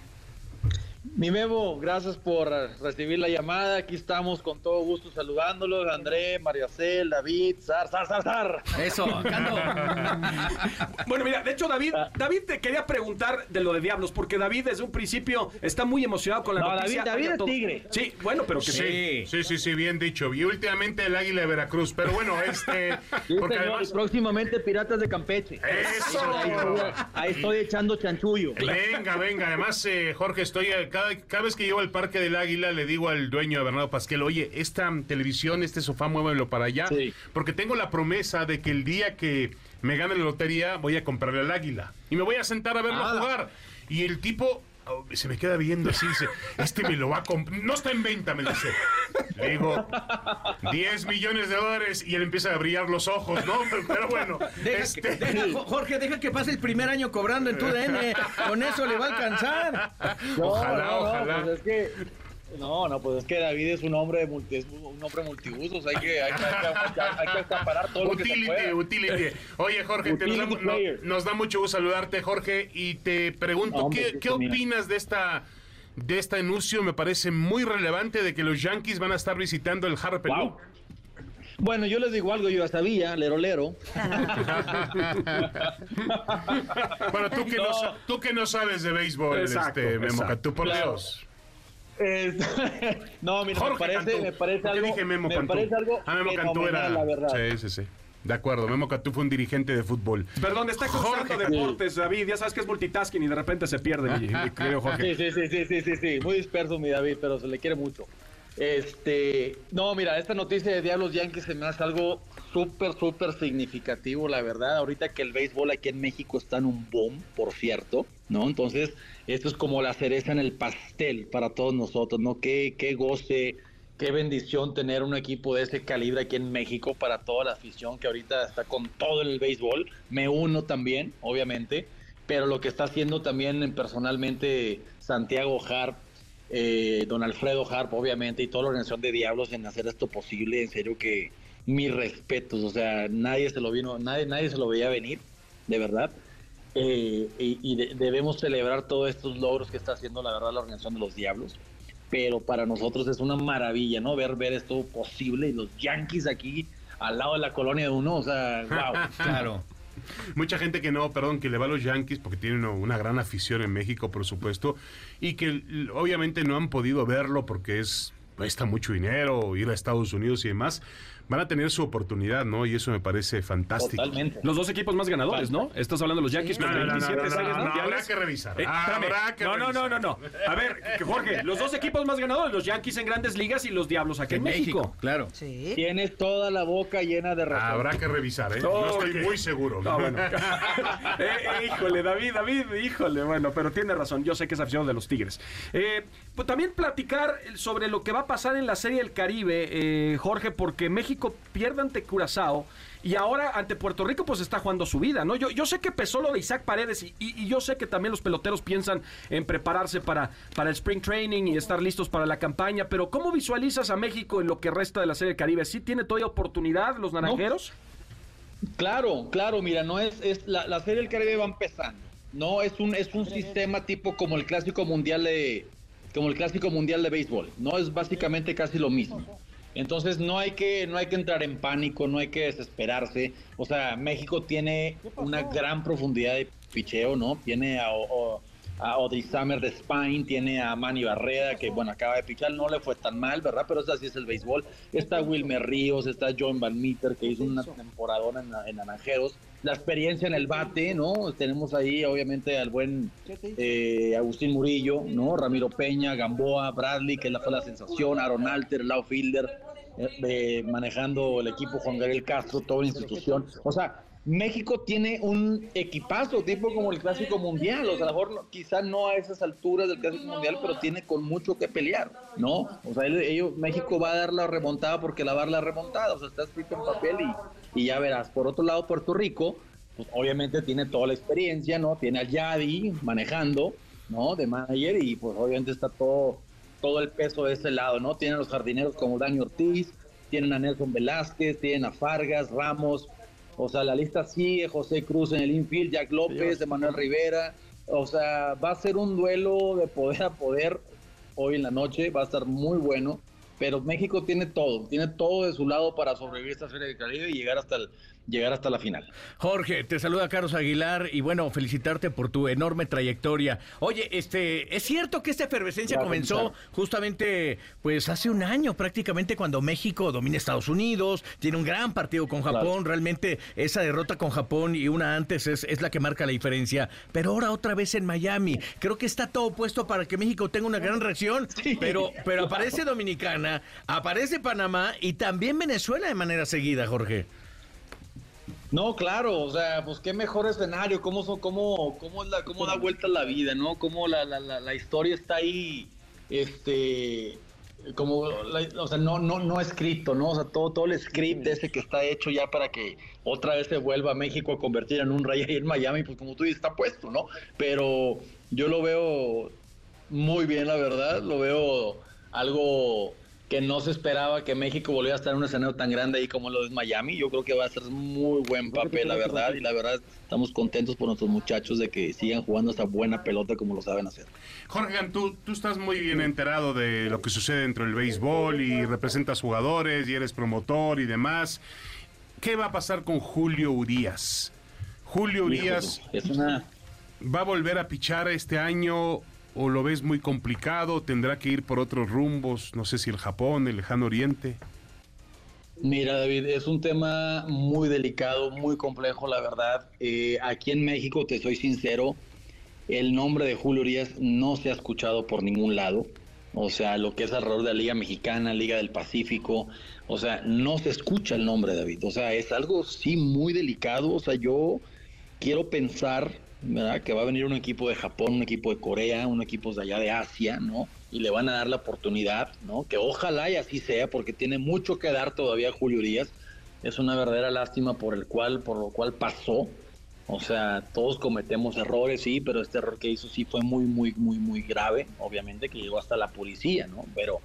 S10: Mi Memo, gracias por recibir la llamada. Aquí estamos con todo gusto saludándolos. André, Mariacel, David, Zar, Zar, Zar, Zar.
S4: Eso, Cando.
S2: Bueno, mira, de hecho, David, David te quería preguntar de lo de Diablos, porque David desde un principio está muy emocionado con la
S10: No,
S2: noticia.
S10: David- David
S2: Oiga,
S10: es
S2: todo-
S10: tigre.
S2: Sí, bueno, pero que
S3: Sí, sí, sí, sí, bien dicho. Y últimamente el Águila de Veracruz. Pero bueno, este...
S10: Sí,
S3: porque
S10: señor,
S3: además...
S10: y próximamente Piratas de Campeche.
S3: ¡Eso!
S10: Ahí estoy, ahí estoy echando chanchullo.
S3: Venga, venga. Además, eh, Jorge, estoy eh, cada, cada vez que llego al Parque del Águila le digo al dueño de Bernardo Pasquel, oye, esta mm, televisión, este sofá, muévelo para allá,
S10: Sí.
S3: porque tengo la promesa de que el día que me gane la lotería voy a comprarle al Águila y me voy a sentar a verlo
S10: Ah.
S3: jugar. Y el tipo oh, se me queda viendo así, dice, este me lo va a comprar, no está en venta, me dice. Le digo, diez millones de dólares y él empieza a brillar los ojos, ¿no? Pero, pero bueno,
S4: Deja
S3: este...
S4: que- deja, Jo- Jorge, deja que pase el primer año cobrando en tu D N. Con eso le va a alcanzar.
S10: No,
S3: Ojalá,
S10: no, no,
S3: ojalá.
S10: pues es que, no, no, pues es que David es un hombre de multi, es un hombre multiusos. Hay que, hay que, hay que, hay que acaparar todo lo que se
S3: Utility,
S10: pueda.
S3: utility. Oye, Jorge, te nos, da,
S10: Utility
S3: no-
S10: player.
S3: nos da mucho gusto saludarte, Jorge, y te pregunto,
S10: No, hombre,
S3: ¿qué,
S10: sí,
S3: qué
S10: sí, mira.
S3: opinas de esta de este anuncio? Me parece muy relevante de que los Yankees van a estar visitando el Harper
S10: Wow.
S3: Loop.
S10: Bueno, yo les digo algo, yo ya sabía, lero lero.
S3: Bueno, tú que no,
S10: No.
S3: sa- tú que no sabes de béisbol,
S2: Exacto,
S3: este, Memo
S2: exacto.
S3: Cantú, por
S10: Claro.
S3: Dios.
S10: Es- no, mira,
S3: Jorge
S10: me parece,
S3: Cantú.
S10: me parece
S3: ¿Por qué
S10: algo,
S3: dije Memo
S10: me
S3: Cantú?
S10: parece algo
S3: Ah, Memo Cantú era...
S10: fenomenal, la verdad.
S3: Sí, sí, sí. De acuerdo, Memo Cantú fue un dirigente de fútbol.
S2: Perdón, está cruzando
S3: Jorge,
S2: deportes, David. Ya sabes que es multitasking y de repente se pierde, mi, mi querido Jorge.
S10: Sí, sí, sí, sí, sí, sí, sí, muy disperso mi David, pero se le quiere mucho. Este, no, mira, esta noticia de Diablos Yankees se me hace algo súper, súper significativo, la verdad. Ahorita que el béisbol aquí en México está en un boom, por cierto, ¿no? Entonces, esto es como la cereza en el pastel para todos nosotros, ¿no? Qué, qué goce, qué bendición tener un equipo de ese calibre aquí en México para toda la afición que ahorita está con todo en el béisbol. Me uno también, obviamente, pero lo que está haciendo también personalmente Santiago Harp, eh, don Alfredo Harp, obviamente, y toda la organización de Diablos en hacer esto posible, en serio que mis respetos, o sea, nadie se lo vino, nadie, nadie se lo veía venir, de verdad. Eh, y y de- debemos celebrar todos estos logros que está haciendo la verdad la organización de los Diablos, pero para nosotros es una maravilla, ¿no? Ver ver esto posible y los Yankees aquí al lado de la colonia de uno, o sea, wow.
S4: Claro.
S3: Mucha gente que no, perdón, que le va a los Yankees porque tienen una, una gran afición en México, por supuesto, y que l- obviamente no han podido verlo porque es cuesta mucho dinero ir a Estados Unidos y demás, van a tener su oportunidad, ¿no? Y eso me parece fantástico.
S10: Totalmente.
S2: Los dos equipos más ganadores, ¿no? Estás hablando de los Yankees con
S3: No, no, no,
S2: veintisiete
S3: no, no,
S2: series
S3: no, no,
S2: mundiales.
S3: habrá que revisar.
S2: Eh, espérame.
S3: Habrá que
S2: no, no, no, no, no. A ver, que Jorge, los dos equipos más ganadores, los Yankees en Grandes Ligas y los Diablos aquí en,
S4: En México,
S2: México.
S4: claro.
S5: Sí.
S10: Tienes toda la boca llena de razón.
S3: Habrá que revisar, ¿eh?
S2: No,
S3: No estoy
S2: que-
S3: muy seguro.
S2: No, bueno. eh, eh, híjole, David, David, híjole, bueno, pero tiene razón. Yo sé que es aficionado de los Tigres. Eh, pues también platicar sobre lo que va a pasar en la Serie del Caribe, eh, Jorge, porque México pierde ante Curazao y ahora ante Puerto Rico pues está jugando su vida, ¿no? Yo, yo sé que pesó lo de Isaac Paredes y, y, y yo sé que también los peloteros piensan en prepararse para, para el Spring Training y estar listos para la campaña, pero ¿cómo visualizas a México en lo que resta de la Serie del Caribe? ¿Sí tiene todavía oportunidad los naranjeros?
S10: Claro, claro, mira, no es, es la, la Serie del Caribe va empezando. No es un es un sistema tipo como el Clásico Mundial de como el Clásico Mundial de béisbol. No es básicamente casi lo mismo. Entonces no hay que no hay que entrar en pánico, no hay que desesperarse. O sea, México tiene una gran profundidad de picheo, ¿no? Tiene a, o, a Audrey Summer de Spine, tiene a Manny Barreda, que bueno, acaba de pichar, no le fue tan mal, ¿verdad? Pero así es el béisbol. Está Wilmer Ríos, está John Van Meter, que hizo una temporadona en, en Naranjeros. La experiencia en el bate, ¿no? Tenemos ahí, obviamente, al buen eh, Agustín Murillo, ¿no? Ramiro Peña, Gamboa, Bradley, que fue la sensación, Aaron Alter, el outfielder, eh, eh, manejando el equipo Juan Gabriel Castro, toda la institución. O sea, México tiene un equipazo, tipo como el Clásico Mundial. O sea, a lo mejor no, quizá no a esas alturas del Clásico Mundial, pero tiene con mucho que pelear, ¿no? O sea, ellos, México va a dar la remontada porque la va a dar la remontada. O sea, está escrito en papel y, y ya verás. Por otro lado, Puerto Rico, pues obviamente tiene toda la experiencia, ¿no? Tiene a Yadi manejando, ¿no? De manager y pues obviamente está todo, todo el peso de ese lado, ¿no? Tienen los jardineros como Dani Ortiz, tienen a Nelson Velázquez, tienen a Fargas, Ramos. O sea, la lista sigue, José Cruz en el infield, Jack López, Emanuel Rivera. O sea, va a ser un duelo de poder a poder hoy en la noche, va a estar muy bueno. Pero México tiene todo, tiene todo de su lado para sobrevivir esta Serie del Caribe y llegar hasta el, llegar hasta la final.
S4: Jorge, te saluda Carlos Aguilar y bueno, felicitarte por tu enorme trayectoria. Oye, este, es cierto que esta efervescencia
S10: Gracias,
S4: comenzó
S10: claro.
S4: justamente pues hace un año prácticamente cuando México domina Estados Unidos, tiene un gran partido con Japón,
S10: Claro.
S4: realmente esa derrota con Japón y una antes es, es la que marca la diferencia, pero ahora otra vez en Miami, creo que está todo puesto para que México tenga una gran reacción,
S10: Sí.
S4: pero, pero aparece Dominicana, aparece Panamá y también Venezuela de manera seguida, Jorge.
S10: No, claro, o sea, pues qué mejor escenario, cómo son, cómo, cómo es la, cómo da vuelta la vida, ¿no? Cómo la, la, la, la historia está ahí, este, como, la- o sea, no, no, no escrito, ¿no? O sea, todo, todo el script ese que está hecho ya para que otra vez se vuelva a México a convertir en un rey ahí en Miami, pues como tú dices, está puesto, ¿no? Pero yo lo veo muy bien, la verdad, lo veo algo que no se esperaba que México volviera a estar en un escenario tan grande ahí como lo es Miami. Yo creo que va a ser muy buen papel, la verdad, y la verdad estamos contentos por nuestros muchachos de que sigan jugando esta buena pelota como lo saben hacer.
S3: Jorge, tú, tú estás muy bien enterado de lo que sucede dentro del béisbol y representas jugadores y eres promotor y demás. ¿Qué va a pasar con Julio Urías? Julio Urías
S10: Híjole, es una...
S3: va a volver a pichar este año o lo ves muy complicado, tendrá que ir por otros rumbos, no sé si el Japón, el lejano oriente.
S10: Mira, David, es un tema muy delicado, muy complejo, la verdad. Eh, aquí en México, te soy sincero, el nombre de Julio Urías no se ha escuchado por ningún lado. O sea, lo que es alrededor de la Liga Mexicana, Liga del Pacífico, o sea, no se escucha el nombre, David. O sea, es algo sí muy delicado. O sea, yo quiero pensar, ¿verdad?, que va a venir un equipo de Japón, un equipo de Corea, un equipo de allá de Asia, ¿no? Y le van a dar la oportunidad, ¿no? Que ojalá y así sea, porque tiene mucho que dar todavía Julio Urías. Es una verdadera lástima por el cual, por lo cual pasó. O sea, todos cometemos errores, sí, pero este error que hizo sí fue muy, muy, muy, muy grave, obviamente, que llegó hasta la policía, ¿no? Pero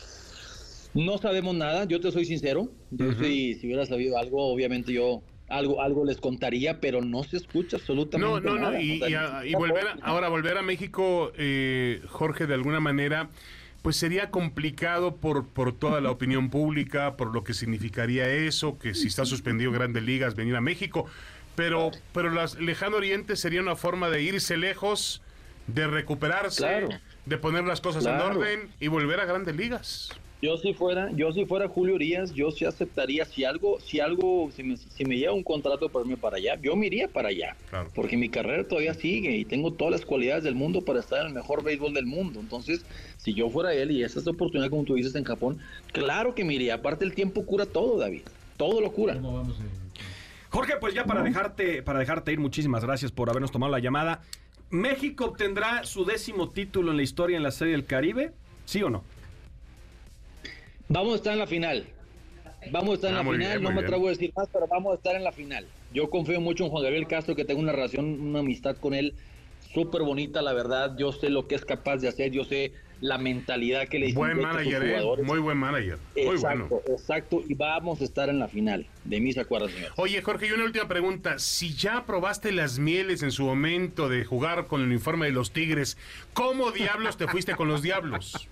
S10: no sabemos nada, yo te soy sincero. Yo
S3: Ujú.
S10: sí, si hubiera sabido algo, obviamente yo algo, algo les contaría, pero no se escucha absolutamente
S3: No, no, no,
S10: nada.
S3: y,
S10: O sea,
S3: y
S10: ni
S3: a- y
S10: siquiera
S3: volver a-
S10: por-
S3: ahora volver a México, eh, Jorge, de alguna manera, pues sería complicado por, por toda la opinión pública, por lo que significaría eso, que si está suspendido Grandes Ligas, venir a México, pero, pero las Lejano Oriente sería una forma de irse lejos, de recuperarse,
S10: Claro.
S3: de poner las cosas
S10: Claro.
S3: en orden y volver a Grandes Ligas.
S10: Yo si fuera, yo si fuera Julio Urias, yo sí aceptaría si algo, si algo, si me, si me llega un contrato para irme para allá, yo me iría para allá, claro. Porque mi carrera todavía sigue y tengo todas las cualidades del mundo para estar en el mejor béisbol del mundo. Entonces, si yo fuera él y esa es la oportunidad, como tú dices, en Japón, claro que me iría. Aparte, el tiempo cura todo, David, todo lo cura.
S2: ¿Cómo vamos a... Jorge, pues ya para ¿No? dejarte, para dejarte ir, muchísimas gracias por habernos tomado la llamada. ¿México obtendrá su décimo título en la historia en la Serie del Caribe? ¿Sí o no?
S10: Vamos a estar en la final. Vamos a estar en ah, la final. Bien, no me atrevo a decir más, pero vamos a estar en la final. Yo confío mucho en Juan Gabriel Castro, que tengo una relación, una amistad con él súper bonita, la verdad. Yo sé lo que es capaz de hacer. Yo sé la mentalidad que le dice.
S3: Buen manager, eh. Muy buen manager. Muy
S10: exacto,
S3: bueno.
S10: Exacto. Y vamos a estar en la final. De mis acuerdos, señores.
S3: Oye, Jorge, y una última pregunta. Si ya probaste las mieles en su momento de jugar con el uniforme de los Tigres, ¿cómo diablos te fuiste con los Diablos?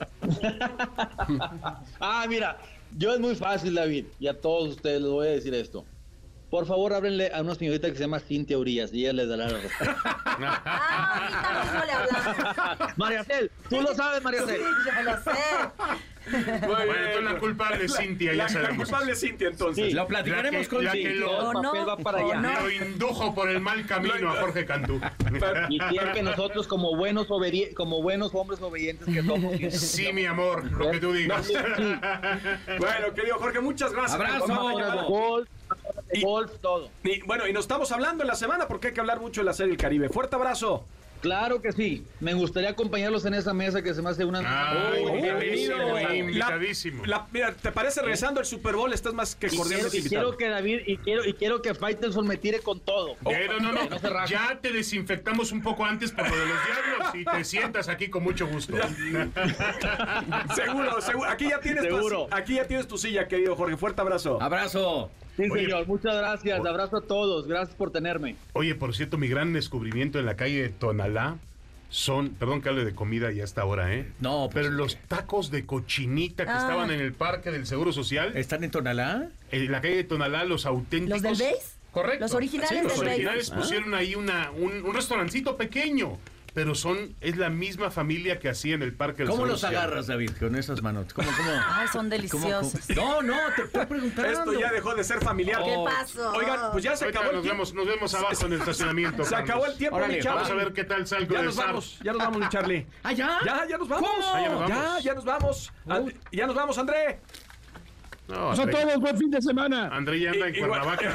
S10: Ah, mira, yo es muy fácil, David, y a todos ustedes les voy a decir esto. Por favor, háblenle a una señorita que se llama Cintia Urias y ella les dará la respuesta.
S5: Ah, ahorita mismo le hablamos.
S10: María Cel, tú lo sabes, María Cel.
S5: Sí, yo lo sé.
S3: Bueno, entonces la culpable es Cintia, ya
S2: la,
S3: sabemos.
S2: La culpable es Cintia, entonces.
S4: Sí, lo platicaremos
S3: que,
S4: con
S3: la
S4: Cintia.
S3: Que lo,
S5: no,
S10: papel va para allá.
S5: no.
S3: Lo indujo por el mal camino a Jorge Cantú.
S10: Y quiere que nosotros, como buenos obedi- como buenos hombres obedientes que somos...
S3: Sí, mi amor, lo que tú digas.
S10: Sí.
S2: Bueno, querido Jorge, muchas gracias.
S4: Abrazo.
S10: Golf, golf, todo.
S2: Y, bueno, y nos estamos hablando en la semana porque hay que hablar mucho de la Serie del Caribe. Fuerte abrazo.
S10: Claro que sí. Me gustaría acompañarlos en esa mesa que se me hace una...
S3: Ay,
S2: oh,
S3: invitadísimo,
S2: la,
S3: invitadísimo.
S2: La, mira, ¿te parece regresando el Super Bowl? Estás más que cordial.
S10: Y, quiero, y quiero que David, y quiero, y quiero que Faitelson me tire con todo.
S3: Pero no, no, no, ya te desinfectamos un poco antes por lo de los Diablos y te sientas aquí con mucho gusto.
S2: Seguro, seguro. Aquí ya tienes
S10: seguro.
S2: Tu, aquí ya tienes tu silla, querido Jorge. Fuerte abrazo.
S4: Abrazo.
S10: Sí,
S3: Oye,
S10: señor, muchas gracias. Abrazo a todos. Gracias por tenerme.
S3: Oye, por cierto, mi gran descubrimiento en la calle de Tonalá son, perdón que hable de comida ya a esta hora, ¿eh?
S4: No, pues,
S3: pero los tacos de cochinita que ah. estaban en el parque del Seguro Social.
S4: ¿Están en Tonalá?
S3: En la calle de Tonalá, los auténticos.
S5: ¿Los del Base?
S3: Correcto.
S5: Los originales
S3: sí,
S5: del
S3: Los
S5: Base.
S3: originales pusieron ah. ahí una, un, un restaurancito pequeño. Pero son, es la misma familia que hacía en el parque del
S4: ¿Cómo
S3: Seguro
S4: los
S3: Social.
S4: agarras, David, con esas manos? ¿Cómo, cómo?
S5: Ay, son deliciosos.
S4: ¿Cómo, cómo? No, no, te estoy preguntando.
S2: Esto ya dejó de ser familiar.
S5: ¿Qué pasó?
S2: Oigan, pues ya se
S3: Ahorita
S2: acabó el
S3: nos
S2: tiempo.
S3: vemos, nos vemos abajo en el estacionamiento.
S2: Se
S3: Carlos.
S2: acabó el tiempo,
S4: Órale,
S2: mi Charlie.
S3: Vamos a ver qué tal salgo
S2: Ya
S3: de
S2: nos
S3: S A R.
S2: vamos, ya nos vamos, mi Charlie.
S4: ¿Ah, ya?
S2: Ya, ya nos vamos.
S4: ¿Cómo?
S3: Ah, ya nos vamos.
S2: Ya, ya nos vamos. And- ya nos vamos, André.
S3: No,
S6: Pues a todos, buen fin de semana.
S3: André ya anda en Cuernavaca.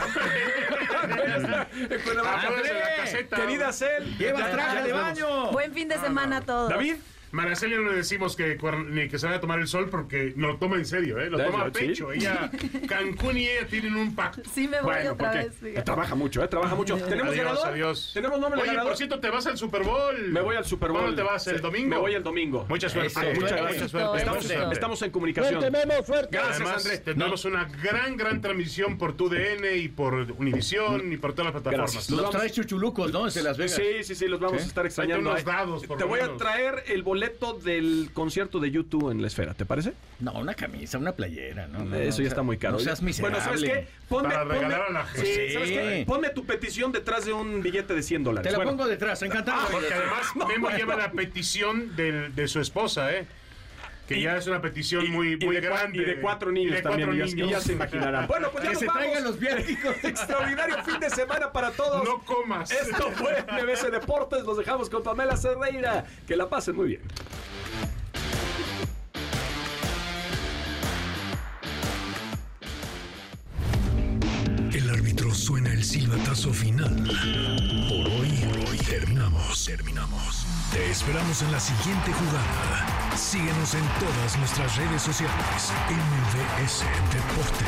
S2: En Cuernavaca.
S3: André, en la caseta.
S2: Querida Cel,
S4: Lleva
S2: ya-
S4: traje
S2: ya
S4: de
S2: nos vemos.
S4: baño.
S5: Buen fin de semana a todos.
S2: David.
S3: Maraceli no le decimos que, ni que se vaya a tomar el sol porque no lo toma en serio, ¿eh? Lo toma a pecho.
S2: ¿Sí?
S3: Ella, Cancún y ella tienen un pacto.
S5: Sí, me voy
S2: Bueno,
S5: otra
S2: porque
S5: vez. fíjate.
S2: trabaja mucho, ¿eh? Trabaja mucho. ¿Tenemos
S3: Adiós,
S2: ganador?
S3: adiós.
S2: ¿Tenemos nombre de
S3: Oye,
S2: ganador?
S3: por cierto, te vas al Super Bowl.
S2: Me voy al Super Bowl.
S3: ¿Cuándo te vas? ¿El
S2: Sí,
S3: domingo?
S2: Me voy el domingo.
S3: Mucha suerte.
S4: Eso,
S3: mucha,
S4: suerte.
S3: mucha suerte.
S2: Estamos,
S3: Mucha suerte.
S2: estamos en comunicación.
S6: Suerte, Memo, suerte.
S2: Gracias,
S3: Además,
S2: André.
S3: tendremos una gran, gran transmisión por tu D N y por Univisión y por todas las plataformas.
S2: Gracias.
S4: Los
S2: vamos-
S4: traes chuchulucos, ¿no? Desde Las Vegas.
S2: Sí, sí, sí, los vamos
S4: ¿Sí?
S2: a estar extrañando.
S3: Tráete unos dados, por
S2: Te
S3: lo
S2: voy a
S3: menos.
S2: traer el boleto del concierto de YouTube en la Esfera, ¿te parece?
S4: No, una camisa, una playera, ¿no? no,
S2: Eso
S4: no,
S2: ya está muy caro.
S4: No seas miserable.
S2: Bueno, ¿sabes qué? Ponme,
S3: Para
S2: ponme-
S3: regalar a la gente.
S2: Sí, ¿sabes qué? Ponme tu petición detrás de un billete de cien dólares.
S4: Te la
S2: Bueno,
S4: pongo detrás, encantado.
S3: Ah, porque además
S2: No,
S3: Memo
S2: bueno.
S3: lleva la petición del- de su esposa, ¿eh? Que
S2: Y-
S3: ya es una petición
S2: y-
S3: muy,
S2: y
S3: muy
S2: de cua-
S3: grande.
S2: Y de cuatro niños
S3: Y de
S2: también,
S3: cuatro
S2: y ya-
S3: niños.
S2: y ya se imaginarán. Bueno, pues ya
S4: Que
S2: nos
S4: se
S2: vamos.
S4: traigan los viáticos.
S2: Extraordinario fin de semana para todos.
S3: No comas.
S2: Esto fue M B S Deportes. Los dejamos con Pamela Cerdeira. Que la pasen muy bien.
S1: El árbitro suena el silbatazo final. Por hoy, por hoy terminamos, terminamos. Te esperamos en la siguiente jugada. Síguenos en todas nuestras redes sociales. M B S Deportes.